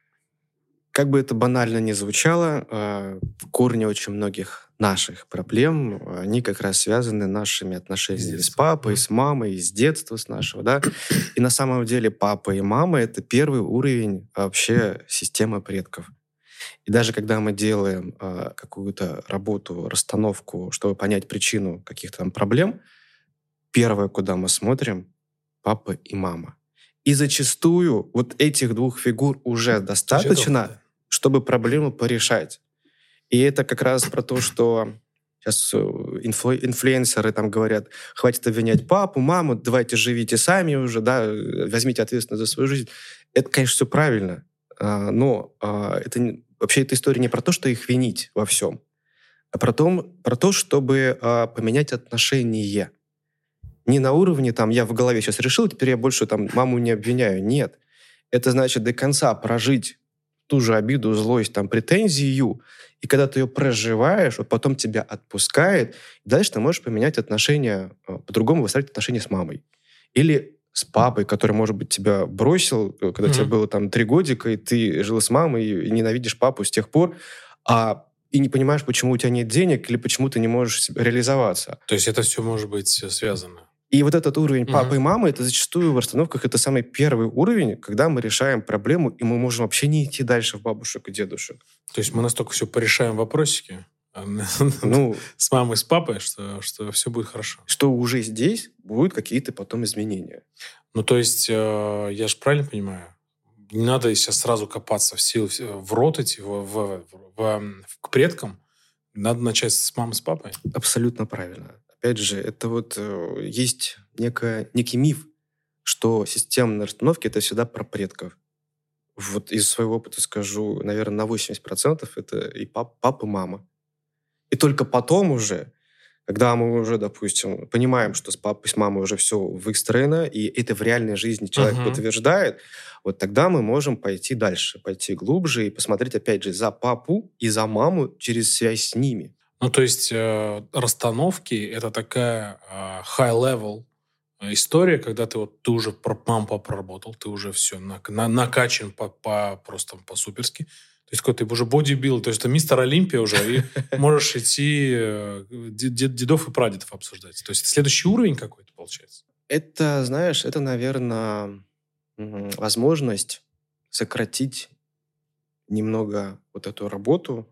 как бы это банально ни звучало, а, в корне очень многих наших проблем, они как раз связаны нашими отношениями с, с папой, mm-hmm. с мамой, с детства с нашего, да. И на самом деле папа и мама — это первый уровень вообще системы предков. И даже когда мы делаем э, какую-то работу, расстановку, чтобы понять причину каких-то там проблем, первое, куда мы смотрим, папа и мама. И зачастую вот этих двух фигур уже достаточно, да, чтобы проблему порешать. И это как раз про то, что сейчас инфлю- инфлюенсеры там говорят: хватит обвинять папу, маму, давайте живите сами уже, да, возьмите ответственность за свою жизнь. Это, конечно, все правильно, но это... Вообще, эта история не про то, что их винить во всем. а про то, про то чтобы а, поменять отношения. Не на уровне, там, я в голове сейчас решил, теперь я больше там маму не обвиняю. Нет. Это значит до конца прожить ту же обиду, злость, там, претензию, и когда ты ее проживаешь, вот потом тебя отпускает, и дальше ты можешь поменять отношения, а, по-другому выстроить отношения с мамой. Или с папой, который, может быть, тебя бросил, когда mm-hmm. тебе было там три годика, и ты жил с мамой, и ненавидишь папу с тех пор, а и не понимаешь, почему у тебя нет денег, или почему ты не можешь реализоваться. То есть это все может быть связано. И вот этот уровень Мгм. папы и мамы, это зачастую в расстановках это самый первый уровень, когда мы решаем проблему, и мы можем вообще не идти дальше в бабушек и дедушек. То есть мы настолько все порешаем вопросики Ну, с мамой, с папой, что, что все будет хорошо. что уже здесь будут какие-то потом изменения. Ну, то есть, э, я же правильно понимаю, не надо сейчас сразу копаться в силу, в рот идти, в, в- в- в- к предкам. Надо начать с мамы, с папой. Абсолютно правильно. Опять же, это вот э, есть некая, некий миф, что системные расстановки это всегда про предков. Вот из своего опыта скажу, наверное, на восемьдесят процентов это и пап, папа, мама. И только потом уже, когда мы уже, допустим, понимаем, что с папой, с мамой уже все выстроено, и это в реальной жизни человек Мгм. подтверждает, вот тогда мы можем пойти дальше, пойти глубже и посмотреть, опять же, за папу и за маму через связь с ними. Ну, то есть, э, расстановки – это такая э, high-level история, когда ты вот ты уже про маму папу проработал, ты уже все на, на- накачан по, по- просто по-суперски. То есть, какой ты уже бодибилд, то есть, ты мистер Олимпия уже, и можешь идти э, дед- дед- дедов и прадедов обсуждать. То есть, это следующий уровень какой-то получается. Это, знаешь, это, наверное, возможность сократить немного вот эту работу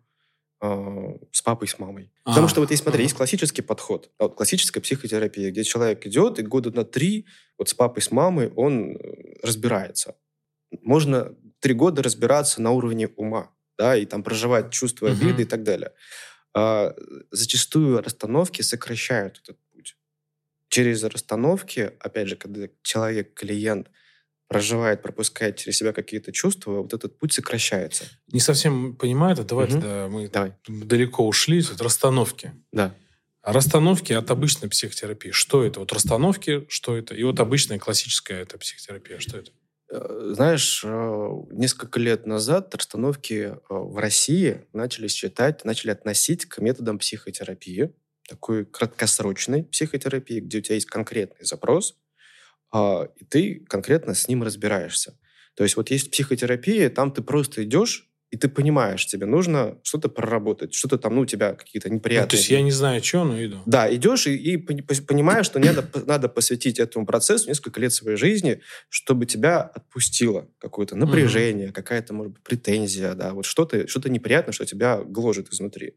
э, с папой, с мамой. Потому А, что вот есть, смотри, ага. есть классический подход, а вот классическая психотерапия, где человек идет и года на три вот с папой, с мамой он э, разбирается. Можно три года разбираться на уровне ума, да, и там проживать чувства Мгм. обиды и так далее. А, зачастую расстановки сокращают этот путь. Через расстановки, опять же, когда человек, клиент проживает, пропускает через себя какие-то чувства, вот этот путь сокращается. Не совсем понимаю это. Давай Мгм. тогда мы Давай. далеко ушли. Тут расстановки. Да. А расстановки от обычной психотерапии. Что это? Вот расстановки, что это? И вот обычная классическая это психотерапия. Что это? Э, Знаешь, э, несколько лет назад расстановки э, в России начали считать, начали относить к методам психотерапии, такой краткосрочной психотерапии, где у тебя есть конкретный запрос, а, и ты конкретно с ним разбираешься. То есть вот есть психотерапия, там ты просто идешь, и ты понимаешь, тебе нужно что-то проработать, что-то там, ну, у тебя какие-то Ну, то неприятные... есть я не знаю, что, но иду. Да, идешь и, и пони- пос- понимаешь, что надо, п- надо посвятить этому процессу несколько лет своей жизни, чтобы тебя отпустило какое-то напряжение, какая-то, может быть, претензия, да, вот что-то, что-то неприятное, что тебя гложет изнутри.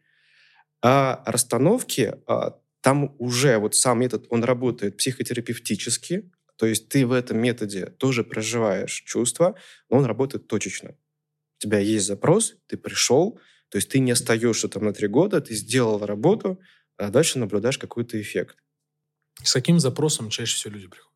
А расстановки, а, там уже вот сам метод, он работает психотерапевтически, то есть ты в этом методе тоже проживаешь чувства, но он работает точечно. У тебя есть запрос, ты пришел, то есть ты не остаешься там на три года, ты сделал работу, а дальше наблюдаешь какой-то эффект. С каким запросом чаще всего люди приходят?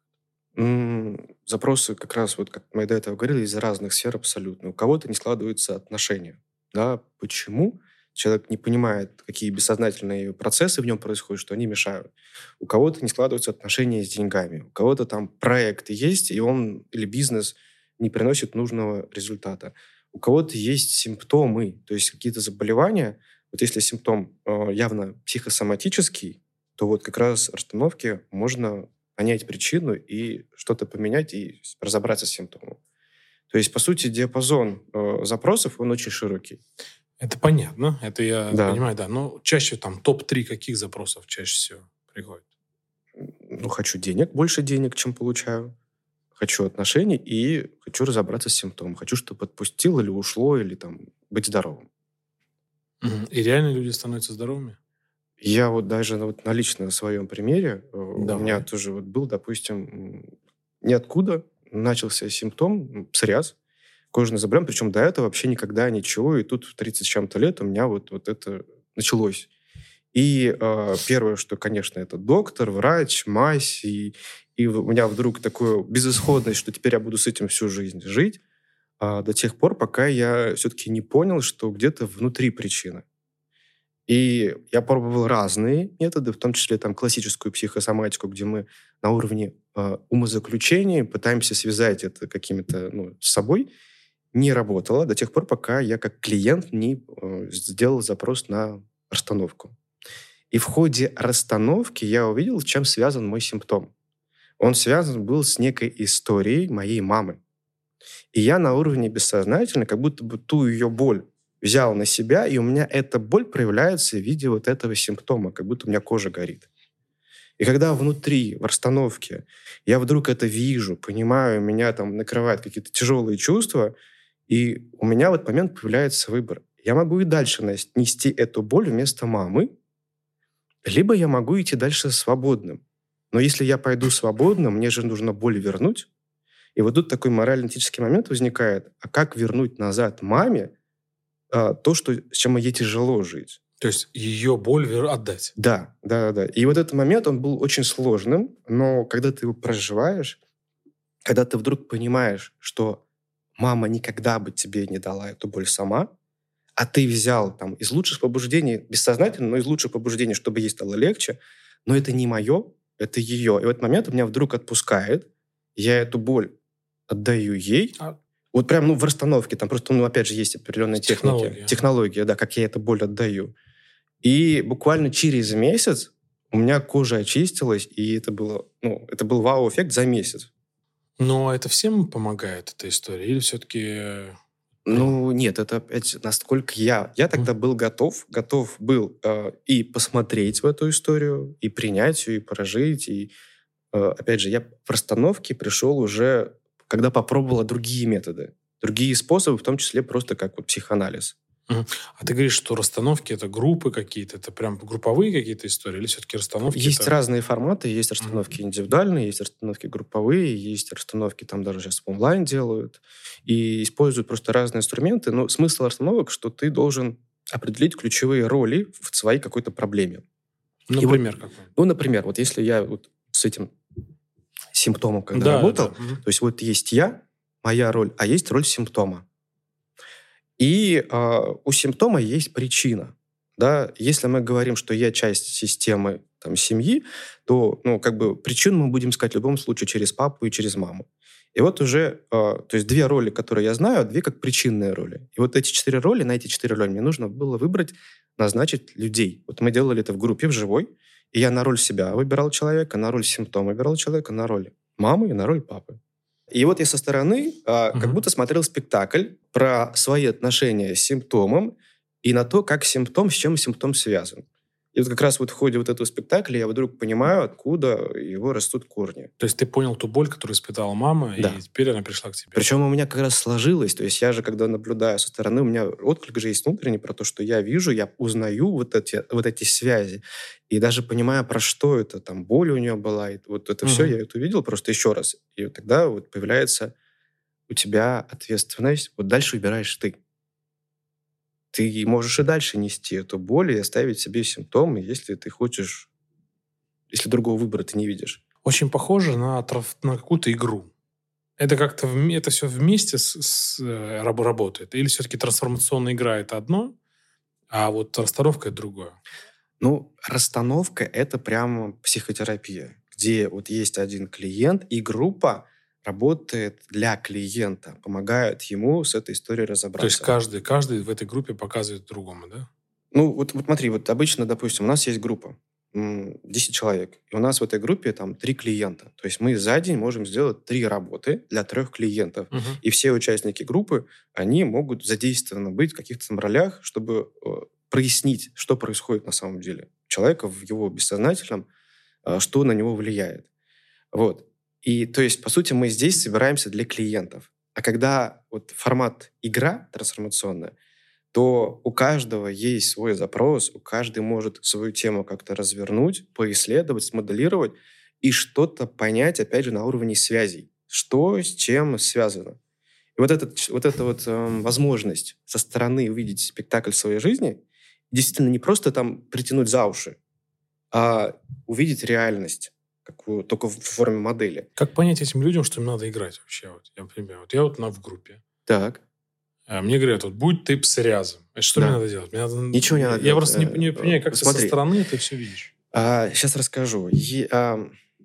М, Запросы как раз, вот как мы до этого говорили, из разных сфер абсолютно. У кого-то не складываются отношения. Да? Почему? Человек не понимает, какие бессознательные процессы в нем происходят, что они мешают. У кого-то не складываются отношения с деньгами. У кого-то там проект есть, и он или бизнес не приносит нужного результата. У кого-то есть симптомы, то есть какие-то заболевания. Вот если симптом э, явно психосоматический, то вот как раз расстановки можно понять причину и что-то поменять и с- разобраться с симптомом. То есть, по сути, диапазон э, запросов, он очень широкий. Это понятно, это я Да. понимаю, да. Но чаще там топ три каких запросов чаще всего приходит? Ну, хочу денег, больше денег, чем получаю. Хочу отношений и хочу разобраться с симптомом. Хочу, чтобы отпустило или ушло, или там быть здоровым. Мгм. И реально люди становятся здоровыми? Я вот даже на, вот на лично на своем примере, э, у Давай. меня тоже вот был, допустим, м, ниоткуда начался симптом, м, псориаз, кожное заболевание, причем до этого вообще никогда ничего, и тут в тридцать с чем-то лет у меня вот, вот это началось. И э, первое, что, конечно, это доктор, врач, мазь, и, и у меня вдруг такое безысходность, что теперь я буду с этим всю жизнь жить, а, до тех пор, пока я все-таки не понял, что где-то внутри причина. И я пробовал разные методы, в том числе там классическую психосоматику, где мы на уровне э, умозаключения пытаемся связать это какими-то, ну, с собой. Не работало до тех пор, пока я как клиент не э, сделал запрос на расстановку. И в ходе расстановки я увидел, с чем связан мой симптом. Он связан был с некой историей моей мамы. И я на уровне бессознательно как будто бы ту ее боль взял на себя, и у меня эта боль проявляется в виде вот этого симптома, как будто у меня кожа горит. И когда внутри, в расстановке, я вдруг это вижу, понимаю, меня там накрывают какие-то тяжелые чувства, и у меня в этот момент появляется выбор. Я могу и дальше нести эту боль вместо мамы, либо я могу идти дальше свободным. Но если я пойду свободным, мне же нужно боль вернуть. И вот тут такой морально-этический момент возникает. А как вернуть назад маме а, то, что, с чем ей тяжело жить? То есть ее боль вер- отдать. Да, да, да. И вот этот момент, он был очень сложным, но когда ты его проживаешь, когда ты вдруг понимаешь, что мама никогда бы тебе не дала эту боль сама, а ты взял там из лучших побуждений, бессознательно, но из лучших побуждений, чтобы ей стало легче, но это не мое, это ее. И в этот момент меня вдруг отпускает, я эту боль отдаю ей. А... Вот прям, ну, в расстановке, там просто, ну, опять же, есть определенные техники. Технология. Технология, да, как я эту боль отдаю. И буквально через месяц у меня кожа очистилась, и это было, ну, это был вау-эффект за месяц. Но это всем помогает, эта история? Или все-таки... Ну, нет, это опять насколько я... Я тогда был готов, готов был э, и посмотреть в эту историю, и принять ее, и прожить. И, э, опять же, я в расстановке пришел уже, когда попробовала другие методы, другие способы, в том числе просто как вот психоанализ. А ты говоришь, что расстановки — это группы какие-то, это прям групповые какие-то истории, или все-таки расстановки? Есть это... разные форматы, есть расстановки mm-hmm. индивидуальные, есть расстановки групповые, есть расстановки, там даже сейчас онлайн делают, и используют просто разные инструменты. Но смысл расстановок, что ты должен определить ключевые роли в своей какой-то проблеме. Например, вот, какой? Ну, например, вот если я вот с этим симптомом когда да, работал, да. Mm-hmm. то есть вот есть я, моя роль, а есть роль симптома. И э, у симптома есть причина. Да? Если мы говорим, что я часть системы там, семьи, то ну, как бы причину мы будем искать в любом случае через папу и через маму. И вот уже, э, то есть две роли, которые я знаю, две как причинные роли. И вот эти четыре роли, на эти четыре роли мне нужно было выбрать, назначить людей. Вот мы делали это в группе, в живой, и я на роль себя выбирал человека, на роль симптома выбирал человека, на роль мамы и на роль папы. И вот я со стороны а, uh-huh. как будто смотрел спектакль про свои отношения с симптомом и на то, как симптом, с чем симптом связан. И вот как раз вот в ходе вот этого спектакля я вдруг понимаю, откуда его растут корни. То есть ты понял ту боль, которую испытала мама, да. и теперь она пришла к тебе. Причем у меня как раз сложилось. То есть я же, когда наблюдаю со стороны, у меня отклик же есть внутренний про то, что я вижу, я узнаю вот эти, вот эти связи. И даже понимаю, про что это. Там боль у нее была. И вот это угу. все я это увидел просто еще раз. И вот тогда вот появляется у тебя ответственность. Вот дальше выбираешь ты. Ты можешь и дальше нести эту боль и оставить себе симптомы, если ты хочешь, если другого выбора ты не видишь. Очень похоже на, на какую-то игру. Это как-то это все вместе с, с, работает? Или все-таки трансформационная игра – это одно, а вот расстановка – это другое? Ну, расстановка – это прямо психотерапия, где вот есть один клиент, и группа работает для клиента, помогает ему с этой историей разобраться. То есть каждый, каждый в этой группе показывает другому, да? Ну, вот, вот смотри, вот обычно, допустим, у нас есть группа, десять человек, и у нас в этой группе там три клиента. То есть мы за день можем сделать три работы для трех клиентов. Угу. И все участники группы, они могут задействованы быть в каких-то там ролях, чтобы э, прояснить, что происходит на самом деле. Человека в его бессознательном, э, что на него влияет. Вот. И, то есть, по сути, мы здесь собираемся для клиентов. А когда вот формат игра трансформационная, то у каждого есть свой запрос, у каждого может свою тему как-то развернуть, поисследовать, смоделировать и что-то понять, опять же, на уровне связей. Что с чем связано. И вот, этот, вот эта вот э, возможность со стороны увидеть спектакль своей жизни, действительно не просто там притянуть за уши, а увидеть реальность. Какую, только в форме модели. Как понять этим людям, что им надо играть вообще? Вот, я, например, вот я вот на, в группе. Так. А мне говорят, вот будь ты псориазом. Это что Да. мне надо делать? Мне надо... Ничего не надо Я делать. просто не, не понимаю, как ты со Смотри. стороны это все видишь. А, сейчас расскажу. Е- а,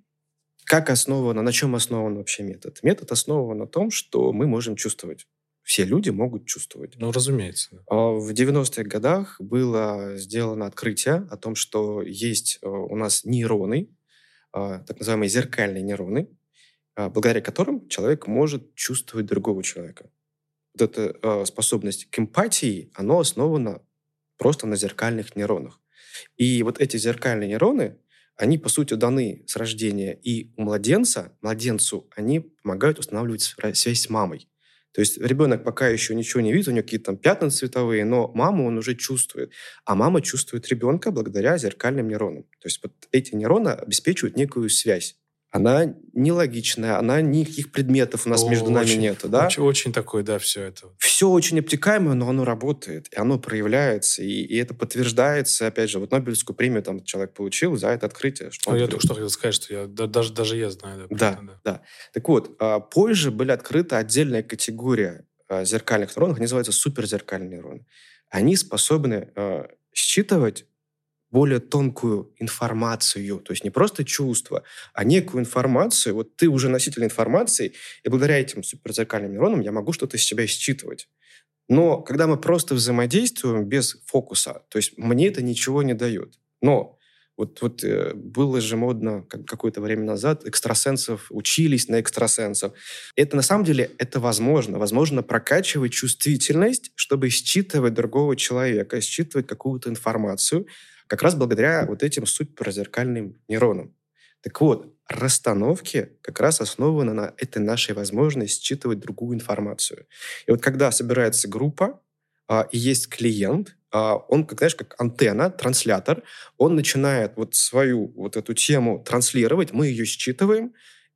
как основано, на чем основан вообще метод? Метод основан на том, что мы можем чувствовать. Все люди могут чувствовать. Ну, разумеется. Да. А В девяностых годах было сделано открытие о том, что есть э, у нас нейроны, а, так называемые зеркальные нейроны, а, благодаря которым человек может чувствовать другого человека. Вот эта э, способность к эмпатии, она основана просто на зеркальных нейронах. И вот эти зеркальные нейроны, они, по сути, даны с рождения. И у младенца, младенцу, они помогают устанавливать сра- связь с мамой. То есть ребенок пока еще ничего не видит, у него какие-то там пятна цветовые, но маму он уже чувствует. А мама чувствует ребенка благодаря зеркальным нейронам. То есть вот эти нейроны обеспечивают некую связь. Она нелогичная, она никаких предметов у нас О, между нами очень, нету, да? Очень, очень такое, да, все это. Все очень обтекаемо, но оно работает, и оно проявляется, и, и это подтверждается. Опять же, вот Нобелевскую премию там человек получил за это открытие. Что Ну, он я говорит. только что хотел сказать, что я да, даже, даже я знаю. Да, про Да, это, да. да. Так вот, а, позже была открыта отдельная категория а, зеркальных нейронов, они называются суперзеркальные нейроны. Они способны а, считывать более тонкую информацию, то есть не просто чувства, а некую информацию. Вот ты уже носитель информации, и благодаря этим суперзеркальным нейронам я могу что-то из себя считывать. Но когда мы просто взаимодействуем без фокуса, то есть мне это ничего не дает. Но вот, вот э, было же модно как, какое-то время назад, экстрасенсов, учились на экстрасенсов. Это на самом деле это возможно. Возможно прокачивать чувствительность, чтобы считывать другого человека, считывать какую-то информацию, как раз благодаря вот этим суперзеркальным нейронам. Так вот, расстановки как раз основаны на этой нашей возможности считывать другую информацию. И вот когда собирается группа, а, и есть клиент, а, он, как, знаешь, как антенна, транслятор, он начинает вот свою вот эту тему транслировать, мы ее считываем,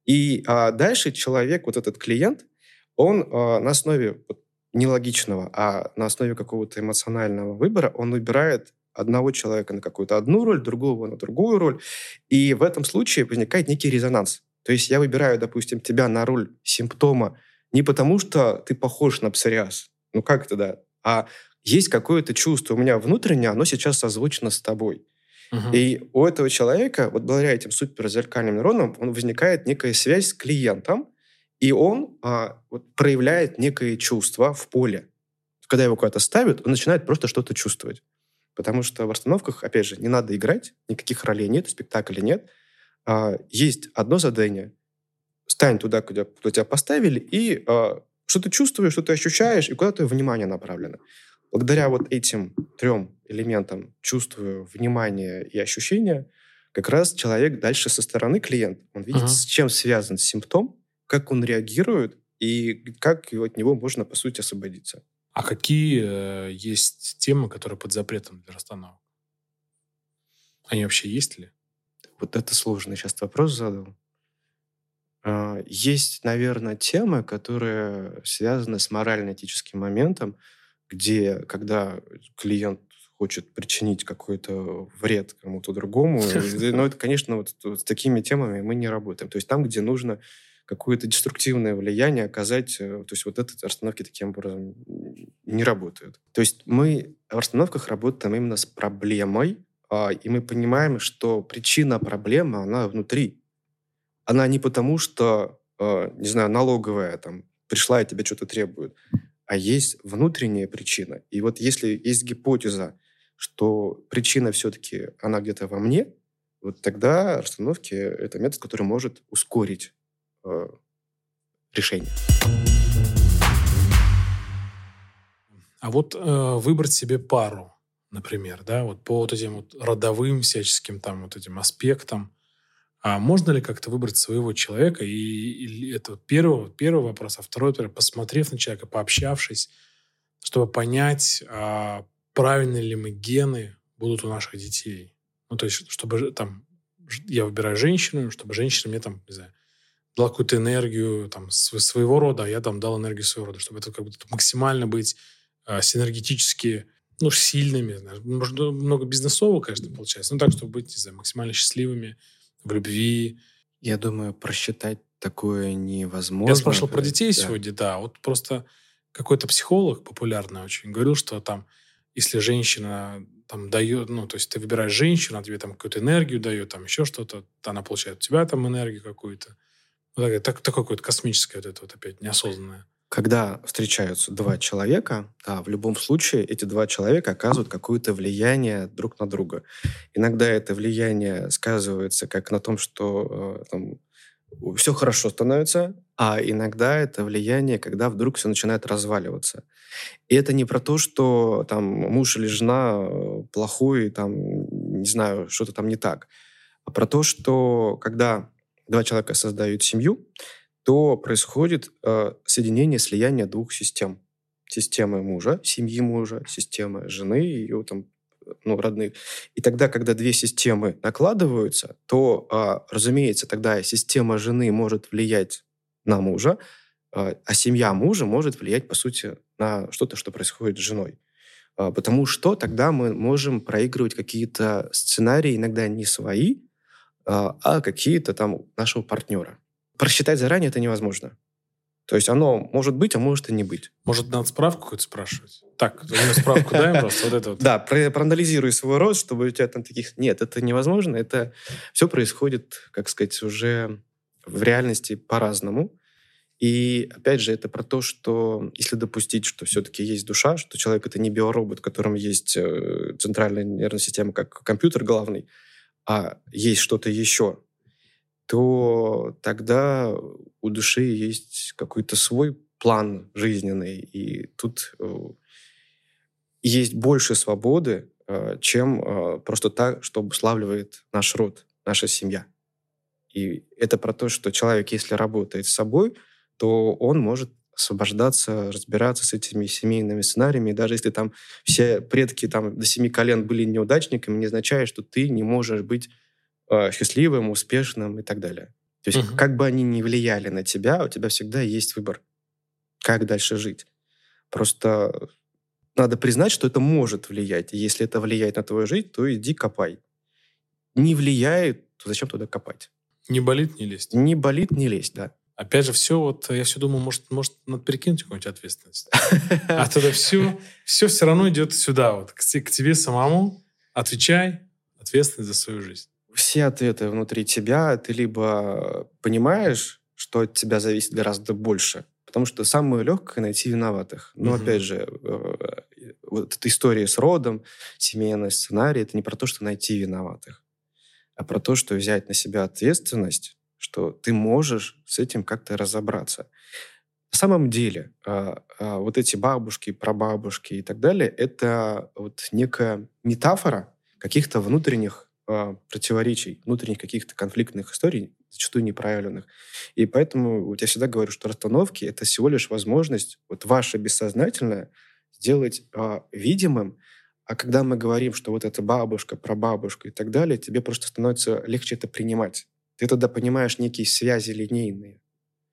и а, дальше человек, вот этот клиент, он а, на основе вот, нелогичного, а на основе какого-то эмоционального выбора, он выбирает одного человека на какую-то одну роль, другого на другую роль. И в этом случае возникает некий резонанс. То есть я выбираю, допустим, тебя на роль симптома не потому, что ты похож на псориаз, ну как это, да, а есть какое-то чувство у меня внутреннее, оно сейчас созвучно с тобой. Мгм. И у этого человека, вот благодаря этим суперзеркальным нейронам, он возникает некая связь с клиентом, и он а, вот, проявляет некое чувство в поле. Когда его куда-то ставят, он начинает просто что-то чувствовать. Потому что в расстановках, опять же, не надо играть, никаких ролей нет, спектакля нет. А, есть одно задание. Стань туда, куда, куда тебя поставили, и а, что ты чувствуешь, что ты ощущаешь, и куда твое внимание направлено. Благодаря вот этим трем элементам чувствую, внимание и ощущение, как раз человек дальше со стороны клиент, он видит, Мгм. с чем связан симптом, как он реагирует, и как от него можно, по сути, освободиться. А какие э, есть темы, которые под запретом для расстановок? Они вообще есть ли? Вот это сложный сейчас вопрос задал. А, Есть, наверное, темы, которые связаны с морально-этическим моментом, где, когда клиент хочет причинить какой-то вред кому-то другому, и, ну, это, конечно, вот с такими темами мы не работаем. То есть там, где нужно какое-то деструктивное влияние оказать, э, то есть вот эти расстановки таким образом не работают. То есть мы в расстановках работаем именно с проблемой, а, и мы понимаем, что причина проблемы, она внутри. Она не потому, что, э, не знаю, налоговая там пришла и тебе что-то требует, а есть внутренняя причина. И вот если есть гипотеза, что причина все-таки она где-то во мне, вот тогда расстановки — это метод, который может ускорить э, решение. А вот э, выбрать себе пару, например, да, вот по вот этим вот родовым всяческим там вот этим аспектам. А можно ли как-то выбрать своего человека? И, и это вот первый, первый вопрос. А второй, например, посмотрев на человека, пообщавшись, чтобы понять, а правильно ли мы гены будут у наших детей. Ну, то есть, чтобы же там ж- я выбираю женщину, чтобы женщина мне там, не знаю, дала какую-то энергию там св- своего рода, а я там дал энергию своего рода, чтобы это как бы максимально быть а, синергетически, ну, сильными. Знаешь. Может, много бизнесового, конечно, получается, но так, чтобы быть, не знаю, максимально счастливыми в любви. Я думаю, просчитать такое невозможно. Я спрашивал про э, детей да. сегодня, да. Вот просто какой-то психолог популярный очень говорил, что там, если женщина там дает, ну, то есть ты выбираешь женщину, она тебе там какую-то энергию дает, там еще что-то, она получает у тебя там энергию какую-то. Вот такое, так, такое какое-то космическое вот это вот опять неосознанное. Когда встречаются два человека, да, в любом случае эти два человека оказывают какое-то влияние друг на друга. Иногда это влияние сказывается как на том, что э, там, все хорошо становится, а иногда это влияние, когда вдруг все начинает разваливаться. И это не про то, что там муж или жена плохой, там, не знаю, что-то там не так, а про то, что когда два человека создают семью, то происходит э, соединение, слияние двух систем. Системы мужа, семьи мужа, системы жены, ее там, ну, родных. И тогда, когда две системы накладываются, то, э, разумеется, тогда система жены может влиять на мужа, э, а семья мужа может влиять, по сути, на что-то, что происходит с женой. Э, потому что тогда мы можем проигрывать какие-то сценарии, иногда не свои, э, а какие-то там нашего партнера. Просчитать заранее это невозможно. То есть оно может быть, а может и не быть. Может, надо справку какую-то спрашивать? Так, мне справку дай просто, вот это вот. Да, про- проанализируй свой рост, чтобы у тебя там таких... Нет, это невозможно. Это все происходит, как сказать, уже в реальности по-разному. И, опять же, это про то, что если допустить, что все-таки есть душа, что человек — это не биоробот, в котором есть э, центральная нервная система, как компьютер главный, а есть что-то еще, то тогда у души есть какой-то свой план жизненный, и тут э, есть больше свободы, э, чем э, просто так, что обуславливает наш род, наша семья. И это про то, что человек, если работает с собой, то он может освобождаться, разбираться с этими семейными сценариями. И даже если там все предки там, до семи колен были неудачниками, не означает, что ты не можешь быть счастливым, успешным и так далее. То есть Мгм. как бы они ни влияли на тебя, у тебя всегда есть выбор, как дальше жить. Просто надо признать, что это может влиять. И если это влияет на твою жизнь, то иди копай. Не влияет, то зачем туда копать? Не болит, не лезть. Не болит, не лезь, да. Опять же, все вот, я все думаю, может, может надо перекинуть какую-нибудь ответственность. А тогда все, все все равно идет сюда, вот, к, те- к тебе самому. Отвечай, ответственность за свою жизнь. Все ответы внутри тебя, ты либо понимаешь, что от тебя зависит гораздо больше, потому что самое легкое — найти виноватых. Но, Мгм. опять же, э, вот эта история с родом, семейный сценарий — это не про то, что найти виноватых, а про то, что взять на себя ответственность, что ты можешь с этим как-то разобраться. На самом деле, а, а, вот эти бабушки, прабабушки и так далее — это вот некая метафора каких-то внутренних а, противоречий, внутренних каких-то конфликтных историй, зачастую непроявленных. И поэтому вот я всегда говорю, что расстановки — это всего лишь возможность вот ваше бессознательное сделать а, видимым. А когда мы говорим, что вот это бабушка, прабабушка и так далее, тебе просто становится легче это принимать. Ты тогда понимаешь некие связи линейные.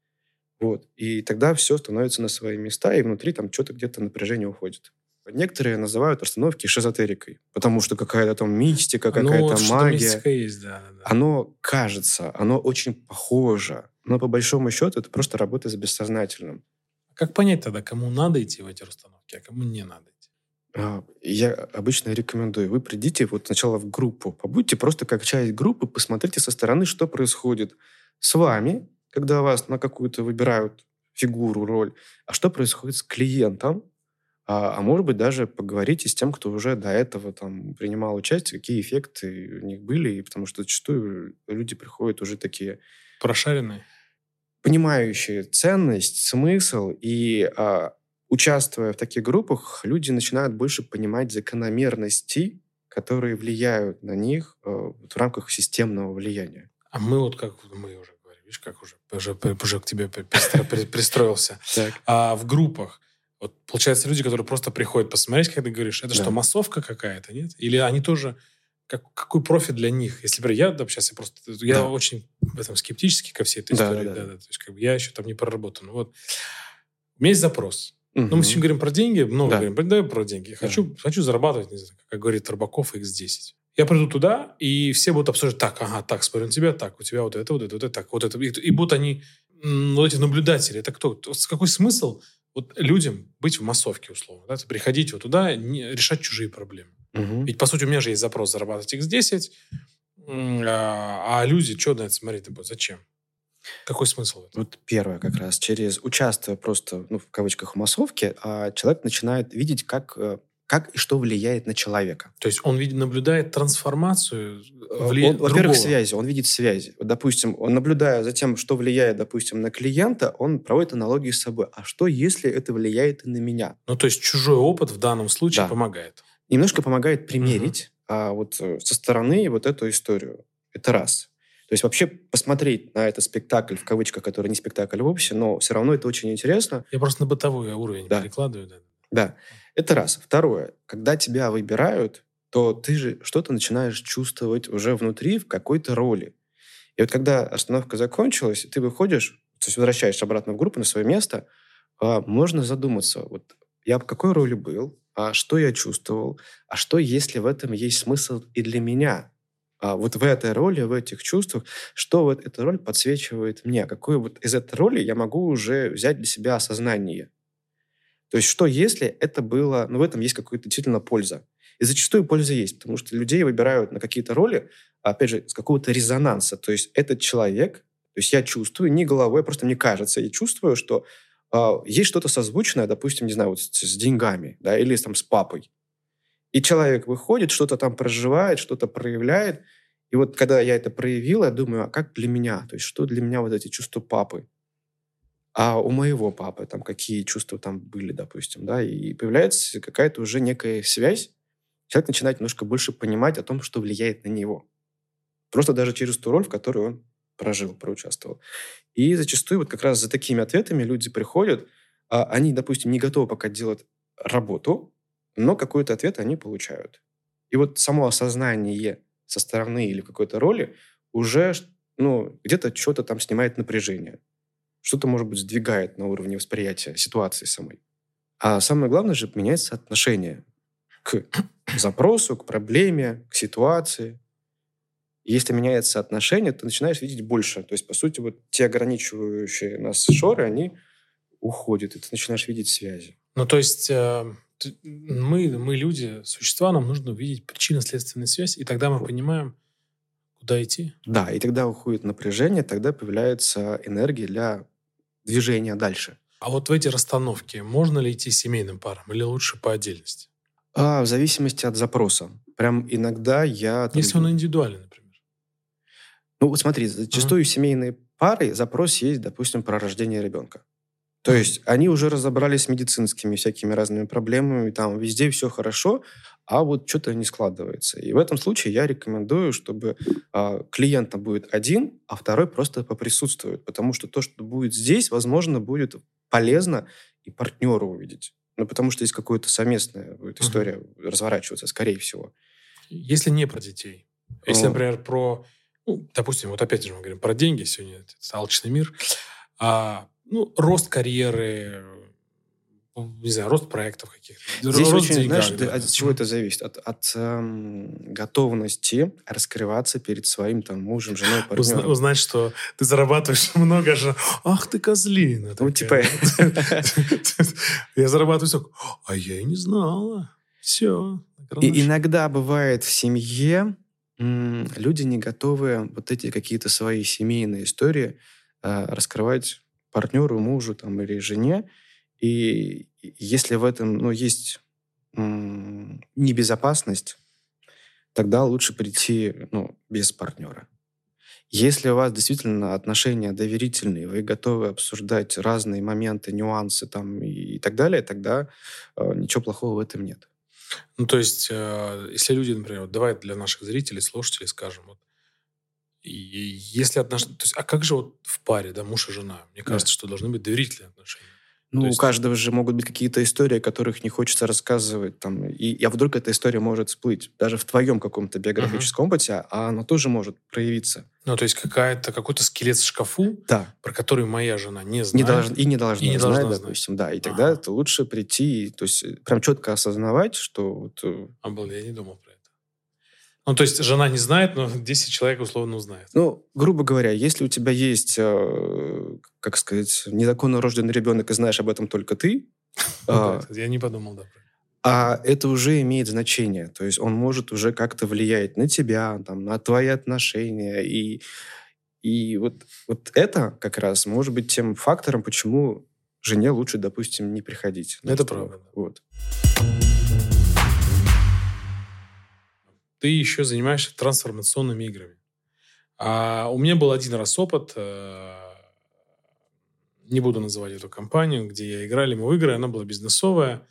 Вот. И тогда все становится на свои места, и внутри там что-то где-то напряжение уходит. Некоторые называют расстановки шизотерикой, потому что какая-то там мистика, Ну, какая-то вот что-то магия. мистика есть, да, да, да. Оно кажется, оно очень похоже, но по большому счету это просто работа с бессознательным. Как понять тогда, кому надо идти в эти расстановки, а кому не надо идти? А, Я обычно рекомендую, вы придите вот сначала в группу, побудьте просто как часть группы, посмотрите со стороны, что происходит с вами, когда вас на какую-то выбирают фигуру, роль, а что происходит с клиентом, а, а может быть, даже поговорите с тем, кто уже до этого там принимал участие, какие эффекты у них были, и потому что зачастую люди приходят уже такие Прошаренные? понимающие ценность, смысл, и а, участвуя в таких группах, люди начинают больше понимать закономерности, которые влияют на них э, вот в рамках системного влияния. А мы вот как мы уже говорим, видишь, как уже, уже, уже к тебе при- пристро- при- пристроился. Так. А в группах, вот получается, люди, которые просто приходят посмотреть, как ты говоришь, это Да. что, массовка какая-то, нет? Или они тоже, как, какой профит для них? Если, например, я, да, сейчас я просто, я Да. очень в этом скептически ко всей этой Да, истории, да, да. да, да, то есть как бы я еще там не проработан. Вот. У меня есть запрос. Мгм. Ну, мы сегодня говорим про деньги, много Да. говорим, про, да, про деньги. Я хочу, хочу зарабатывать, не знаю, как говорит Рыбаков, икс десять. Я приду туда, и все будут обсуждать, так, ага, так, смотрю на тебя, так, у тебя вот это, вот это, вот это, так, вот это. И, и будут они, м, вот эти наблюдатели, это кто? С какой смысл вот людям быть в массовке, условно. Да? Приходить вот туда, не, решать чужие проблемы. Угу. Ведь, по сути, у меня же есть запрос зарабатывать икс десять, а, а люди, что на это смотреть будут? Зачем? Какой смысл в этом? Вот первое как раз. Через участвуя просто, ну, в кавычках, в массовке, а человек начинает видеть, как, э, как и что влияет на человека. То есть он видит, наблюдает трансформацию вли... Он, во-первых, другого. связи. Он видит связи. Вот, допустим, он, наблюдая за тем, что влияет, допустим, на клиента, он проводит аналогии с собой. А что, если это влияет и на меня? Ну, то есть чужой опыт в данном случае Да. помогает. Немножко помогает примерить а, вот, э, со стороны вот эту историю. Это раз. То есть вообще посмотреть на этот спектакль, в кавычках, который не спектакль вовсе, но все равно это очень интересно. Я просто на бытовой уровень Да. перекладываю. Да. Да, это раз. Второе. Когда тебя выбирают, то ты же что-то начинаешь чувствовать уже внутри в какой-то роли. И вот когда остановка закончилась, ты выходишь, то есть возвращаешься обратно в группу на свое место, а, можно задуматься, вот я в какой роли был, а что я чувствовал, а что, если в этом есть смысл и для меня? А вот в этой роли, в этих чувствах, что вот эта роль подсвечивает мне? Какую вот из этой роли я могу уже взять для себя осознание? То есть что, если это было... Ну, в этом есть какая-то действительно польза. И зачастую польза есть, потому что людей выбирают на какие-то роли, опять же, с какого-то резонанса. То есть этот человек, то есть я чувствую, не головой, просто мне кажется, я чувствую, что э, есть что-то созвучное, допустим, не знаю, вот с, с деньгами, да, или там с папой. И человек выходит, что-то там проживает, что-то проявляет. И вот когда я это проявил, я думаю, а как для меня? То есть что для меня вот эти чувства папы? А у моего папы там какие чувства там были, допустим, да? И появляется какая-то уже некая связь. Человек начинает немножко больше понимать о том, что влияет на него. Просто даже через ту роль, в которой он прожил, проучаствовал. И зачастую вот как раз за такими ответами люди приходят, а они, допустим, не готовы пока делать работу, но какой-то ответ они получают. И вот само осознание со стороны или какой-то роли уже ну, где-то что-то там снимает напряжение. Что-то, может быть, сдвигает на уровне восприятия ситуации самой. А самое главное же меняется отношение к запросу, к проблеме, к ситуации. И если меняется отношение, ты начинаешь видеть больше. То есть, по сути, вот те ограничивающие нас шоры, они уходят, и ты начинаешь видеть связи. Ну, то есть... Э... Мы, мы люди, существа, нам нужно увидеть причинно-следственную связь, и тогда мы понимаем, куда идти. Да, и тогда уходит напряжение, тогда появляется энергия для движения дальше. А вот в эти расстановки можно ли идти семейным парам или лучше по отдельности? А, в зависимости от запроса. Прям иногда я... Там... Если он индивидуальный, например. Ну, вот смотри, зачастую uh-huh. семейные пары запрос есть, допустим, про рождение ребенка. То есть они уже разобрались с медицинскими всякими разными проблемами, там везде все хорошо, а вот что-то не складывается. И в этом случае я рекомендую, чтобы э, клиента будет один, а второй просто поприсутствует. Потому что то, что будет здесь, возможно, будет полезно и партнеру увидеть. Ну, потому что здесь какая-то совместная будет история uh-huh. разворачиваться, скорее всего. Если не про детей. Если, uh-huh. например, про... Ну, допустим, вот опять же мы говорим про деньги, сегодня это алчный мир. А, ну, рост карьеры, не знаю, рост проектов каких-то. Здесь рост очень, деньгами, знаешь, да. от чего это зависит? От, от эм, готовности раскрываться перед своим там мужем, женой, партнером. Узна- узнать, что ты зарабатываешь много же. Ах ты козлина. Ну, типа... Я зарабатываю столько. А я и не знала. Все. И иногда бывает в семье люди не готовы вот эти какие-то свои семейные истории раскрывать партнеру, мужу там, или жене. И если в этом ну, есть м- небезопасность, тогда лучше прийти ну, без партнера. Если у вас действительно отношения доверительные, вы готовы обсуждать разные моменты, нюансы там, и, и так далее, тогда э, ничего плохого в этом нет. Ну, то есть, э, если люди, например, вот давай для наших зрителей, слушателей скажем, вот, и если отношения... То есть, а как же вот в паре, да, муж и жена? Мне кажется, да. что должны быть доверительные отношения. Ну, есть... у каждого же могут быть какие-то истории, о которых не хочется рассказывать. Там, и, а вдруг эта история может всплыть даже в твоем каком-то биографическом uh-huh. опыте, а она тоже может проявиться. Ну, то есть какая-то, какой-то скелет в шкафу, да. про который моя жена не знает. Не долж... И не должна и не знать, должна допустим. знать. Да, и тогда uh-huh. это лучше прийти, то есть прям четко осознавать, что... Вот... Обалдеть, я не думал про это. Ну, то есть жена не знает, но десять человек условно узнает. Ну, грубо говоря, если у тебя есть, э, как сказать, незаконно рожденный ребенок, и знаешь об этом только ты, Да, а, я не подумал, да. а это уже имеет значение. То есть он может уже как-то влиять на тебя, там, на твои отношения. И, и вот, вот это как раз может быть тем фактором, почему жене лучше, допустим, не приходить. на Это разговор. правда. Вот. Ты еще занимаешься трансформационными играми. А у меня был один раз опыт, э, не буду называть эту компанию, где я играли мы в игры, она была бизнесовая.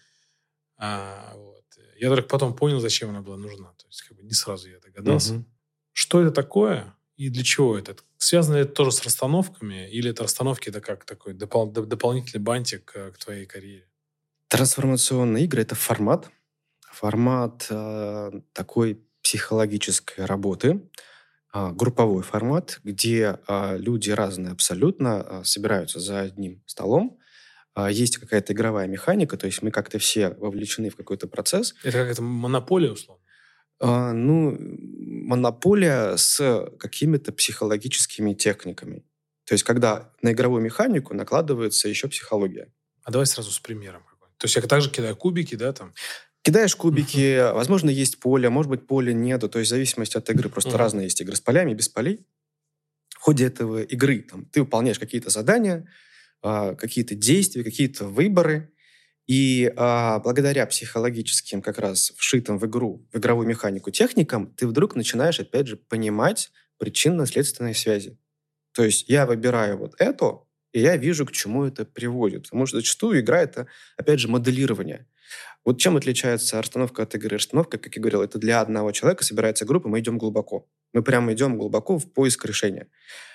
А, вот. Я только потом понял, зачем она была нужна. То есть как бы не сразу я догадался. Мгм. Что это такое и для чего это? Связано ли это тоже с расстановками? Или это расстановки это как такой допол- доп- дополнительный бантик э, к твоей карьере? Трансформационные игры — это формат. Формат э, такой психологической работы, а, групповой формат, где а, люди разные абсолютно а, собираются за одним столом. А, есть какая-то игровая механика, то есть мы как-то все вовлечены в какой-то процесс. Это как это монополия, условно? А, ну, монополия с какими-то психологическими техниками. То есть когда на игровую механику накладывается еще психология. А давай сразу с примером. какой-то. То есть я также кидаю кубики, да, там? Кидаешь кубики, возможно, есть поле, может быть, поля нету. То есть в зависимости от игры. Просто Мгм. разные есть игры с полями, без полей. В ходе этого игры там, ты выполняешь какие-то задания, а, какие-то действия, какие-то выборы. И а, благодаря психологическим, как раз вшитым в игру, в игровую механику техникам, ты вдруг начинаешь, опять же, понимать причинно-следственные связи. То есть я выбираю вот это, и я вижу, к чему это приводит. Потому что зачастую игра — это, опять же, моделирование. Вот чем отличается расстановка от игры? Расстановка, как я говорил, это для одного человека собирается группа, мы идем глубоко. Мы прямо идем глубоко в поиск решения.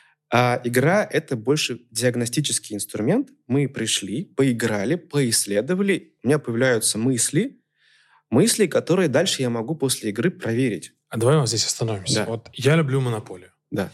А игра — это больше диагностический инструмент. Мы пришли, поиграли, поисследовали. У меня появляются мысли, мысли, которые дальше я могу после игры проверить. А давай вот здесь остановимся. Да. Вот я люблю монополию. Да.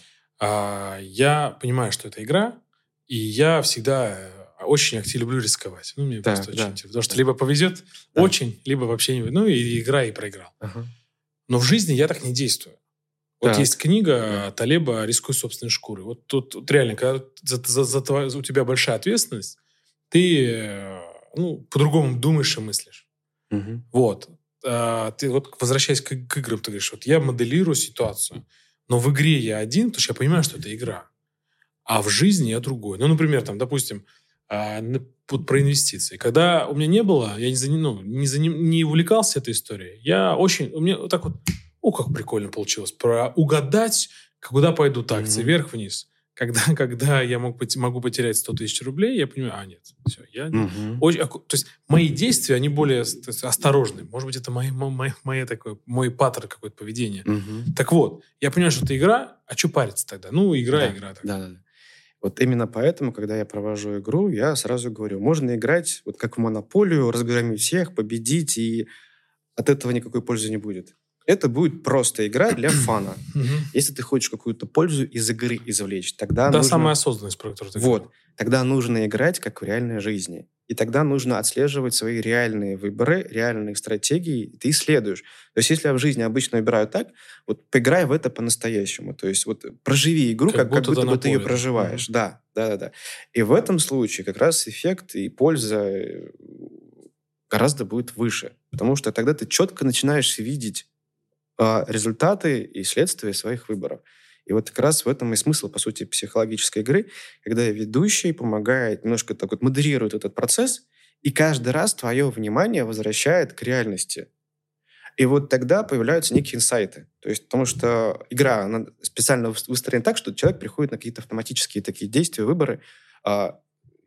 А, я понимаю, что это игра, и я всегда э, очень активно люблю рисковать. Ну, мне Да, просто очень да, интересно. Потому что да. либо повезет Да. очень, либо вообще не... Ну, и игра, и проиграл. Ага. Но в жизни я так не действую. Вот Так. есть книга Да. Талеба «Рискуй собственной шкурой». Вот тут вот реально, когда за, за- за твою- у тебя большая ответственность, ты э, ну, по-другому думаешь и мыслишь. Мгм. Вот. А, ты вот, возвращаясь к, к играм, ты говоришь, вот я моделирую ситуацию, но в игре я один, потому что я понимаю, что это игра. А в жизни я другой. Ну, например, там, допустим, а, на- вот про инвестиции. Когда у меня не было, я не, заним- ну, не, заним- не увлекался этой историей, я очень... У меня вот так вот... О, как прикольно получилось. Про угадать, куда пойдут акции, Мгм. вверх-вниз. Когда, когда я мог, пот- могу потерять сто тысяч рублей, я понимаю, а, нет, все, я... не- Мгм. Очень, аку- то есть мои действия, они более то есть, осторожны. Может быть, это мои, мои, мои такой, мой паттерн какое-то поведение. Мгм. Так вот, я понимаю, что это игра, а что париться тогда? Ну, игра, Да, игра. Так. да, да, да. Вот именно поэтому, когда я провожу игру, я сразу говорю, можно играть вот как в монополию, разгромить всех, победить, и от этого никакой пользы не будет. Это будет просто игра для фана. Мгм. Если ты хочешь какую-то пользу из игры извлечь, тогда Да, нужно... самая осознанность, про которую ты Вот. говорил. Тогда нужно играть, как в реальной жизни. И тогда нужно отслеживать свои реальные выборы, реальные стратегии, и ты исследуешь. То есть если я в жизни обычно выбираю так, вот поиграй в это по-настоящему. То есть вот проживи игру, Как как, как будто будто ты бы на ты ее поле, да. проживаешь. Да, да, да, да. И в этом случае как раз эффект и польза э, гораздо будет выше. Потому что тогда ты четко начинаешь видеть а, результаты и следствия своих выборов. И вот как раз в этом и смысл, по сути, психологической игры, когда ведущий помогает, немножко так вот модерирует этот процесс, и каждый раз твое внимание возвращает к реальности. И вот тогда появляются некие инсайты. То есть, потому что игра, она специально выс- выстроена так, что человек приходит на какие-то автоматические такие действия, выборы. а,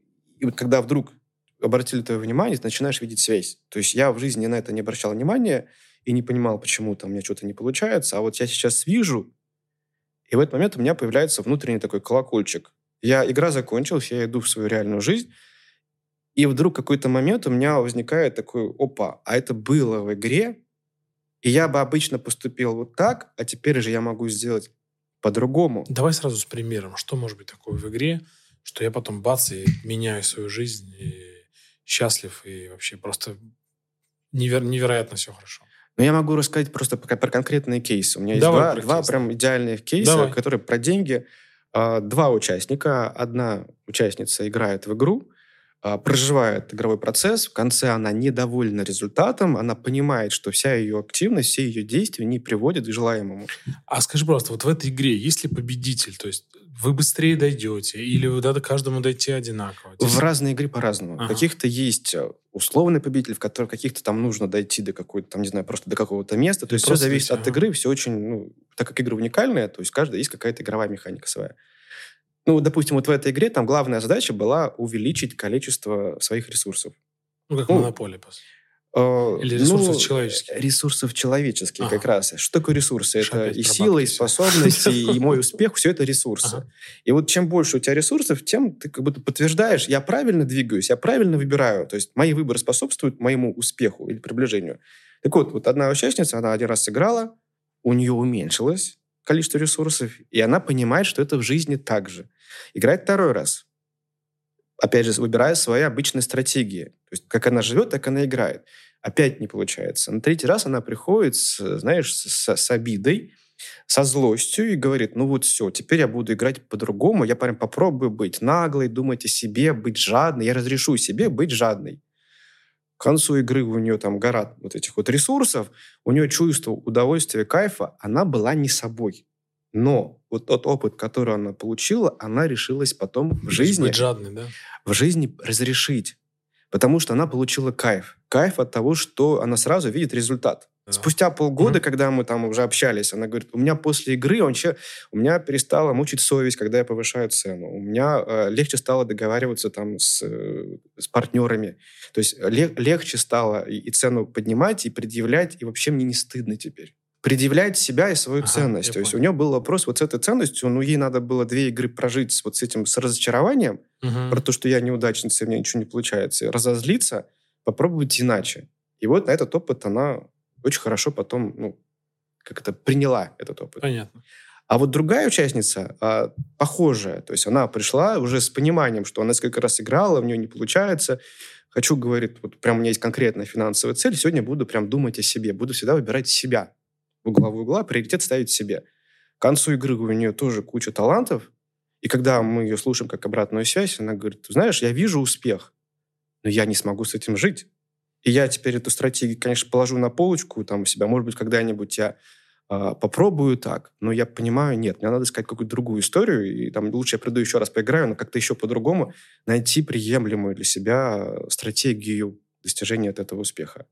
И вот когда вдруг обратили твое внимание, ты начинаешь видеть связь. То есть я в жизни на это не обращал внимания и не понимал, почему там у меня что-то не получается. А вот я сейчас вижу, и в этот момент у меня появляется внутренний такой колокольчик. Я, игра закончилась, я иду в свою реальную жизнь, и вдруг в какой-то момент у меня возникает такой, опа, а это было в игре, и я бы обычно поступил вот так, а теперь же я могу сделать по-другому. Давай сразу с примером. Что может быть такое в игре, что я потом бац и меняю свою жизнь, и счастлив, и вообще просто невер- невероятно все хорошо. Ну, я могу рассказать просто про, про конкретные кейсы. У меня есть Давай два, про два кейсы. прям идеальных кейса, Давай. которые про деньги. А, Два участника. Одна участница играет в игру, а, проживает игровой процесс. В конце она недовольна результатом. Она понимает, что вся ее активность, все ее действия не приводят к желаемому. А скажи, пожалуйста, вот в этой игре есть ли победитель? То есть вы быстрее дойдете? Или вы надо каждому дойти одинаково? В разные игры по-разному. Ага. В каких-то есть э, условный победитель, в которых каких-то там нужно дойти до какой-то, там, не знаю, просто до какого-то места. То Или есть все просто зависит дойти, от ага. игры, все очень, ну, так как игры уникальные, то есть каждая есть какая-то игровая механика своя. Ну, допустим, вот в этой игре там главная задача была увеличить количество своих ресурсов. Ну, как Ну, монополия, по сути. Э, Или ресурсов ну, человеческих? Ресурсов человеческих Ага. как раз. Что такое ресурсы? Что Это опять и про сила, бабки и всё. способности, и мой успех. Все это ресурсы. Ага. И вот чем больше у тебя ресурсов, тем ты как будто подтверждаешь, я правильно двигаюсь, я правильно выбираю. То есть мои выборы способствуют моему успеху или приближению. Так вот, вот одна участница, она один раз сыграла, у нее уменьшилось количество ресурсов, и она понимает, что это в жизни так же. Играет второй раз. Опять же, выбирая свои обычные стратегии. То есть как она живет, так она играет. Опять не получается. На третий раз она приходит, с, знаешь, с, с обидой, со злостью и говорит, ну вот все, теперь я буду играть по-другому, я прям попробую быть наглой, думать о себе, быть жадной, я разрешу себе быть жадной. К концу игры у нее там гора вот этих вот ресурсов, у нее чувство удовольствия, кайфа, она была не собой. Но вот тот опыт, который она получила, она решилась потом в жизни, Быть жадный, да? в жизни разрешить. Потому что она получила кайф. Кайф от того, что она сразу видит результат. Да. Спустя полгода, Мгм. когда мы там уже общались, она говорит, у меня после игры вообще, у меня перестала мучить совесть, когда я повышаю цену. У меня э, легче стало договариваться там с, э, с партнерами. То есть лег- легче стало и, и цену поднимать, и предъявлять, и вообще мне не стыдно теперь. Предъявлять себя и свою Ага, ценность. я То есть у понял. нее был вопрос вот с этой ценностью, ну ей надо было две игры прожить с вот с этим, с разочарованием, Мгм. про то, что я неудачница, и у меня ничего не получается, и разозлиться, попробовать иначе. И вот на этот опыт она очень хорошо потом, ну, как это, приняла этот опыт. Понятно. А вот другая участница, а, похожая, то есть она пришла уже с пониманием, что она несколько раз играла, у нее не получается. Хочу, говорит, вот прям у меня есть конкретная финансовая цель, сегодня буду прям думать о себе, буду всегда выбирать себя. В главу угла приоритет ставить себе. К концу игры у нее тоже куча талантов, и когда мы ее слушаем как обратную связь, она говорит, знаешь, я вижу успех, но я не смогу с этим жить. И я теперь эту стратегию, конечно, положу на полочку там у себя. Может быть, когда-нибудь я а, попробую так, но я понимаю, нет, мне надо искать какую-то другую историю, и там лучше я приду еще раз поиграю, но как-то еще по-другому найти приемлемую для себя стратегию достижения от этого успеха.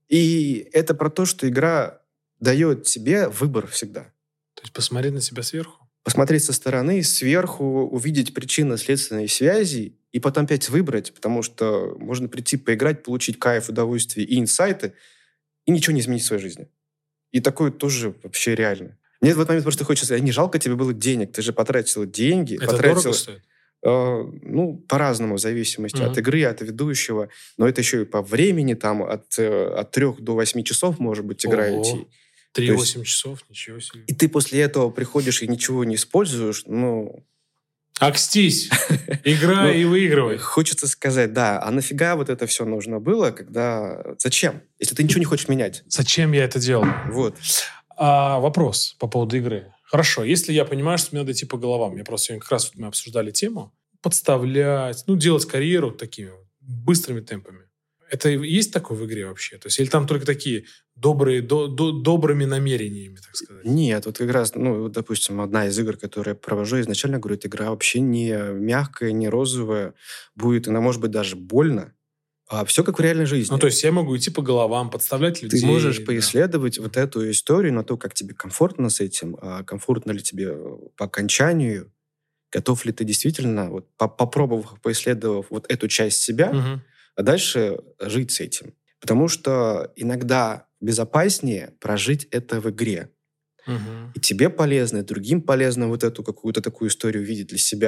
И это про то, что игра дает тебе выбор всегда. То есть посмотреть на себя сверху? Посмотреть со стороны, сверху, увидеть причинно-следственные связи и потом опять выбрать, потому что можно прийти поиграть, получить кайф, удовольствие и инсайты, и ничего не изменить в своей жизни. И такое тоже вообще реально. Мне в этот момент просто хочется сказать, не жалко тебе было денег, ты же потратил деньги. Это потратил, дорого стоит? э, ну, по-разному, в зависимости Мгм. от игры, от ведущего. Но это еще и по времени, там, от, э, от трех до восьми часов, может быть, игра Ого. идти. три То есть- восемь часов? Ничего себе. И ты после этого приходишь и ничего не используешь, ну... Акстись! Играй Ну, и выигрывай. Хочется сказать, да, а нафига вот это все нужно было, когда... Зачем? Если ты ничего не хочешь менять. Зачем я это делаю? Вот. А, вопрос по поводу игры. Хорошо, если я понимаю, что мне надо идти по головам, я просто сегодня как раз вот мы обсуждали тему, подставлять, ну, делать карьеру такими вот быстрыми темпами. Это есть такое в игре вообще? То есть, или там только такие добрые, до, до- добрыми намерениями, так сказать? Нет, вот как раз, ну, вот, допустим, одна из игр, которую я провожу, изначально говорю, эта игра вообще не мягкая, не розовая, будет, она может быть даже больно, а все как в реальной жизни. Ну, то есть я могу идти по головам, подставлять людей. Ты можешь да. поисследовать вот эту историю на то, как тебе комфортно с этим, а комфортно ли тебе по окончанию, готов ли ты действительно, вот, по- попробовав, поисследовав вот эту часть себя, Мгм. а дальше жить с этим. Потому что иногда безопаснее прожить это в игре. Мгм. И тебе полезно, и другим полезно вот эту какую-то такую историю видеть для себя.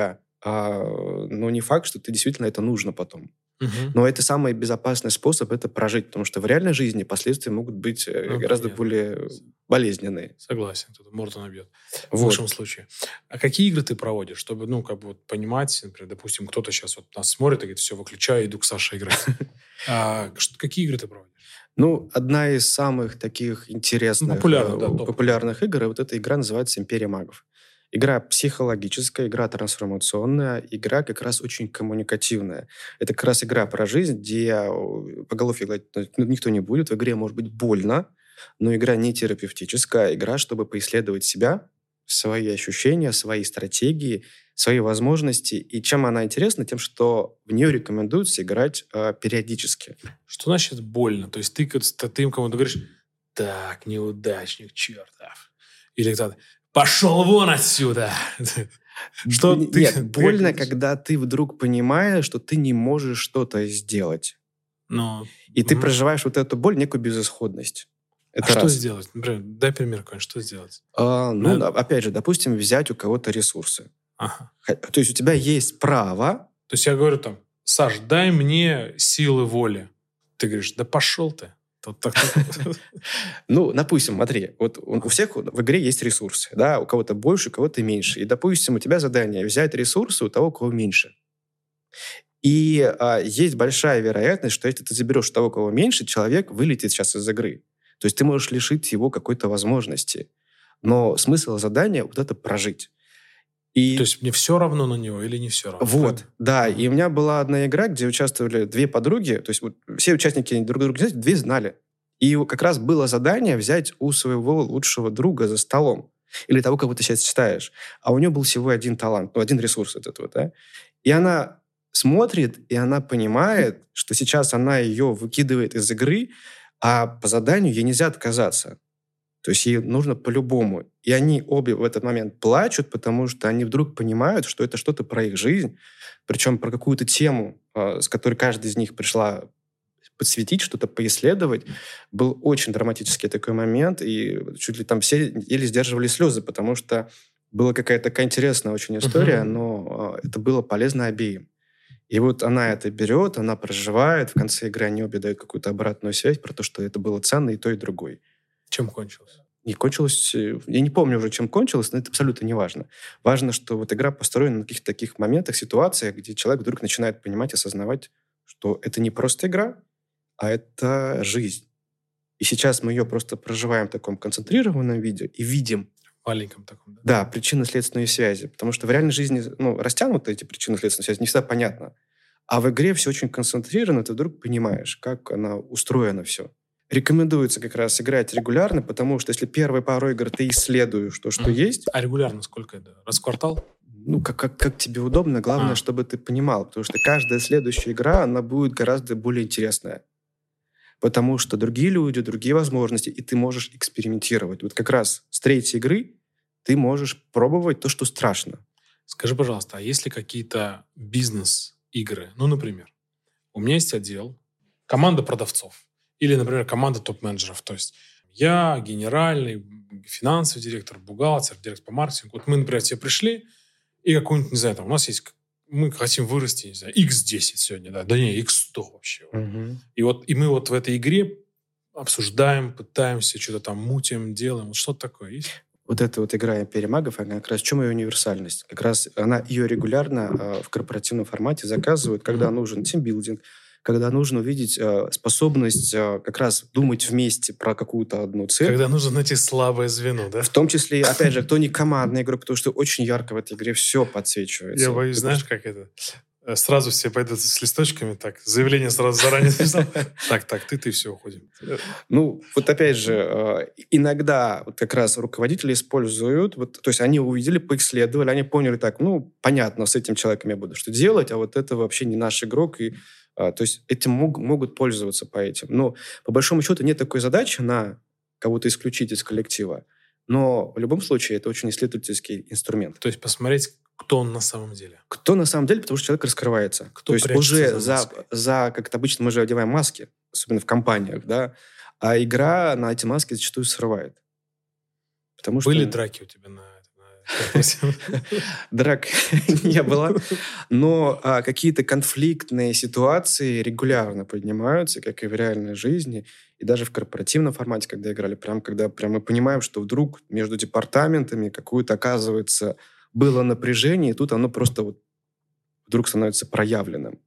а, но не факт, что ты действительно это нужно потом. Угу. Но это самый безопасный способ это прожить, потому что в реальной жизни последствия могут быть Ну, гораздо понятно. более болезненные. Согласен, тут морду набьет. В Вот. лучшем случае. А какие игры ты проводишь, чтобы, ну, как бы вот понимать, например, допустим, кто-то сейчас вот нас смотрит и говорит, все, выключаю, иду к Саше играть. А что- какие игры ты проводишь? Ну, одна из самых таких интересных, Ну, популярных, э, да, топ. популярных игр, вот эта игра называется «Империя магов». Игра психологическая, игра трансформационная, игра как раз очень коммуникативная. Это как раз игра про жизнь, где э, по голове гладить ну, никто не будет. В игре может быть больно, но игра не терапевтическая, а игра, чтобы поисследовать себя, свои ощущения, свои стратегии, свои возможности. И чем она интересна? Тем, что в нее рекомендуется играть э, периодически. Что значит больно? То есть ты, как- ты им кому-то говоришь, так, неудачник чертов. Или кто-то, пошел вон отсюда. Что Н- ты- Нет, ты больно, как- когда ты вдруг понимаешь, что ты не можешь что-то сделать. Ну, И ты мгм. проживаешь вот эту боль, некую безысходность. А Это что раз. сделать? Например, дай пример какой-нибудь, что сделать? А, ну, Ну, да, опять же, допустим, взять у кого-то ресурсы. Ага. Ха- То есть у тебя есть право. То есть я говорю там, Саш, дай мне силы воли. Ты говоришь, да пошел ты. Тут так- так- Ну, допустим, смотри, вот у у всех в игре есть ресурсы, да, у кого-то больше, у кого-то меньше. И, допустим, у тебя задание взять ресурсы у того, у кого меньше. И а, есть большая вероятность, что если ты заберешь у того, у кого меньше, человек вылетит сейчас из игры. То есть ты можешь лишить его какой-то возможности. Но смысл задания вот это прожить. И То есть мне все равно на него или не все равно? вот, да. Мгм. И у меня была одна игра, где участвовали две подруги. То есть вот все участники друг друга не знали, две знали. И как раз было задание взять у своего лучшего друга за столом. Или того, кого ты сейчас читаешь. А у нее был всего один талант, ну, один ресурс этот вот, да. И она смотрит, и она понимает, что сейчас она ее выкидывает из игры, а по заданию ей нельзя отказаться. То есть ей нужно по-любому. И они обе в этот момент плачут, потому что они вдруг понимают, что это что-то про их жизнь, причем про какую-то тему, э, с которой каждая из них пришла подсветить, что-то поисследовать. Был очень драматический такой момент, и чуть ли там все еле сдерживали слезы, потому что была какая-то такая интересная очень история, Мгм. но э, это было полезно обеим. И вот она это берет, она проживает, в конце игры они обе дают какую-то обратную связь про то, что это было ценно и то, и другой. Чем кончилось? И кончилось... э, Я не помню уже, чем кончилось, но это абсолютно не важно. Важно, что вот игра построена на каких-то таких моментах, ситуациях, где человек вдруг начинает понимать, осознавать, что это не просто игра, а это жизнь. И сейчас мы ее просто проживаем в таком концентрированном виде и видим, В маленьком таком, да? да, причинно-следственные связи. Потому что в реальной жизни ну, растянуты эти причинно-следственные связи, не всегда понятно. А в игре все очень концентрировано, ты вдруг понимаешь, как она устроена все. Рекомендуется как раз играть регулярно, потому что если первые пару игр ты исследуешь то, что Мгм. есть, А регулярно сколько это? Раз в квартал? ну, как, как, как тебе удобно, главное, А. чтобы ты понимал, потому что каждая следующая игра, она будет гораздо более интересная. Потому что другие люди, другие возможности, и ты можешь экспериментировать. Вот как раз с третьей игры ты можешь пробовать то, что страшно. Скажи, пожалуйста, а есть ли какие-то бизнес-игры? Ну, например, у меня есть отдел, команда продавцов или, например, команда топ-менеджеров. То есть я генеральный, финансовый директор, бухгалтер, директор по маркетингу. Вот мы, например, все пришли, и какой-нибудь, не знаю, там у нас есть... Мы хотим вырасти, не знаю, икс десять сегодня, да, да не, икс сто вообще. И вот и мы вот в этой игре обсуждаем, пытаемся, что-то там мутим, делаем. Вот что-то такое есть? Вот эта вот игра «Империя магов», она как раз в чем ее универсальность? Как раз она ее регулярно э, в корпоративном формате заказывают, когда Мгм. нужен тимбилдинг, когда нужно увидеть э, способность э, как раз думать вместе про какую-то одну цель. Когда нужно найти слабое звено, да? В том числе, опять же, кто не командная игра, потому что очень ярко в этой игре все подсвечивается. Я боюсь, Ты знаешь, как это? Э, Сразу все пойдут с листочками, так, заявление сразу заранее написал. Так, так, ты, ты, все, уходим. Ну, вот опять же, э, иногда вот как раз руководители используют, вот, то есть они увидели, поисследовали, они поняли так, ну, понятно, с этим человеком я буду что делать, а вот это вообще не наш игрок, и, а, то есть этим мог- могут пользоваться по этим. Но по большому счету нет такой задачи на кого-то исключить из коллектива, но в любом случае это очень исследовательский инструмент. То есть посмотреть, кто он на самом деле. Кто на самом деле, потому что человек раскрывается. Кто То есть прячется уже за за, маской? за, как это обычно мы же одеваем маски, особенно в компаниях, да, а игра на эти маски зачастую срывает. Потому Были что... драки у тебя на, на Драк не было. Но а, какие-то конфликтные ситуации регулярно поднимаются, как и в реальной жизни. И даже в корпоративном формате, когда играли, прям когда прям мы понимаем, что вдруг между департаментами какое-то, оказывается, было напряжение, и тут оно просто вот вдруг становится проявленным.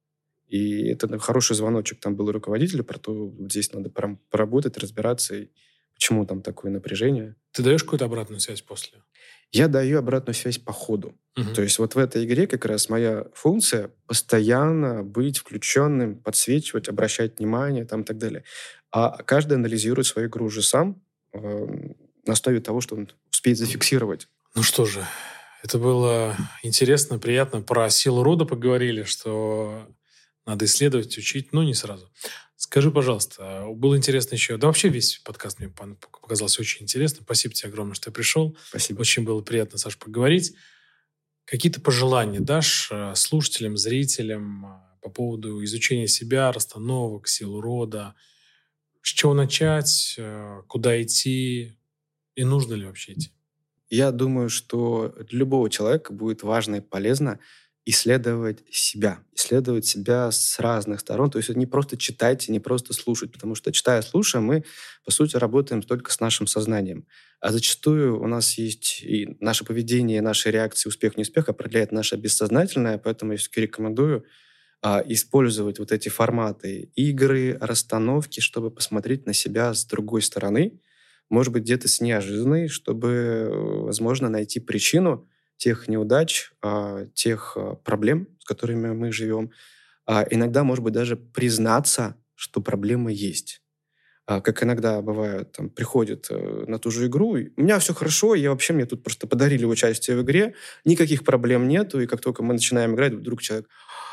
И это хороший звоночек там был руководителю про то, вот здесь надо прям поработать, разбираться, и почему там такое напряжение. Ты даешь какую-то обратную связь после? Я даю обратную связь по ходу. Угу. То есть вот в этой игре как раз моя функция постоянно быть включенным, подсвечивать, обращать внимание там, и так далее. А каждый анализирует свою игру уже сам э, на основе того, что он успеет зафиксировать. Ну что же, это было интересно, приятно. Про силу рода поговорили, что надо исследовать, учить, но не сразу. Скажи, пожалуйста, было интересно еще... Да вообще весь подкаст мне показался очень интересным. Спасибо тебе огромное, что ты пришел. Спасибо. Очень было приятно, Саш, поговорить. Какие-то пожелания дашь слушателям, зрителям по поводу изучения себя, расстановок, сил рода? С чего начать? Куда идти? И нужно ли вообще идти? Я думаю, что для любого человека будет важно и полезно исследовать себя. Исследовать себя с разных сторон. То есть это не просто читать, не просто слушать. Потому что, читая, слушая, мы, по сути, работаем только с нашим сознанием. А зачастую у нас есть и наше поведение, наши реакции, успех, неуспех определяет наше бессознательное. Поэтому я все-таки рекомендую а, использовать вот эти форматы игры, расстановки, чтобы посмотреть на себя с другой стороны. Может быть, где-то с неожиданной, чтобы, возможно, найти причину тех неудач, тех проблем, с которыми мы живем. Иногда, может быть, даже признаться, что проблемы есть. Как иногда бывает, там, приходят на ту же игру, у меня все хорошо, я вообще, мне тут просто подарили участие в игре, никаких проблем нету, и как только мы начинаем играть, вдруг человек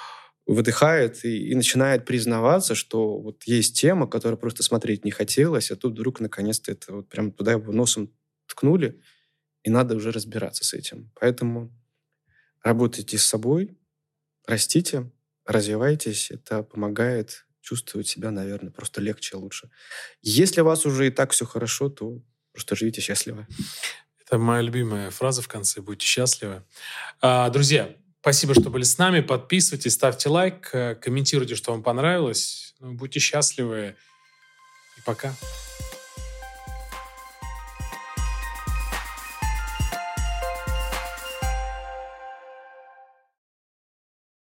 выдыхает и, и начинает признаваться, что вот есть тема, которую просто смотреть не хотелось, а тут вдруг наконец-то это вот прям туда его носом ткнули, и надо уже разбираться с этим. Поэтому работайте с собой, растите, развивайтесь. Это помогает чувствовать себя, наверное, просто легче, лучше. Если у вас уже и так все хорошо, то просто живите счастливо. Это моя любимая фраза в конце. Будьте счастливы. А, друзья, спасибо, что были с нами. Подписывайтесь, ставьте лайк, комментируйте, что вам понравилось. Будьте счастливы. И пока.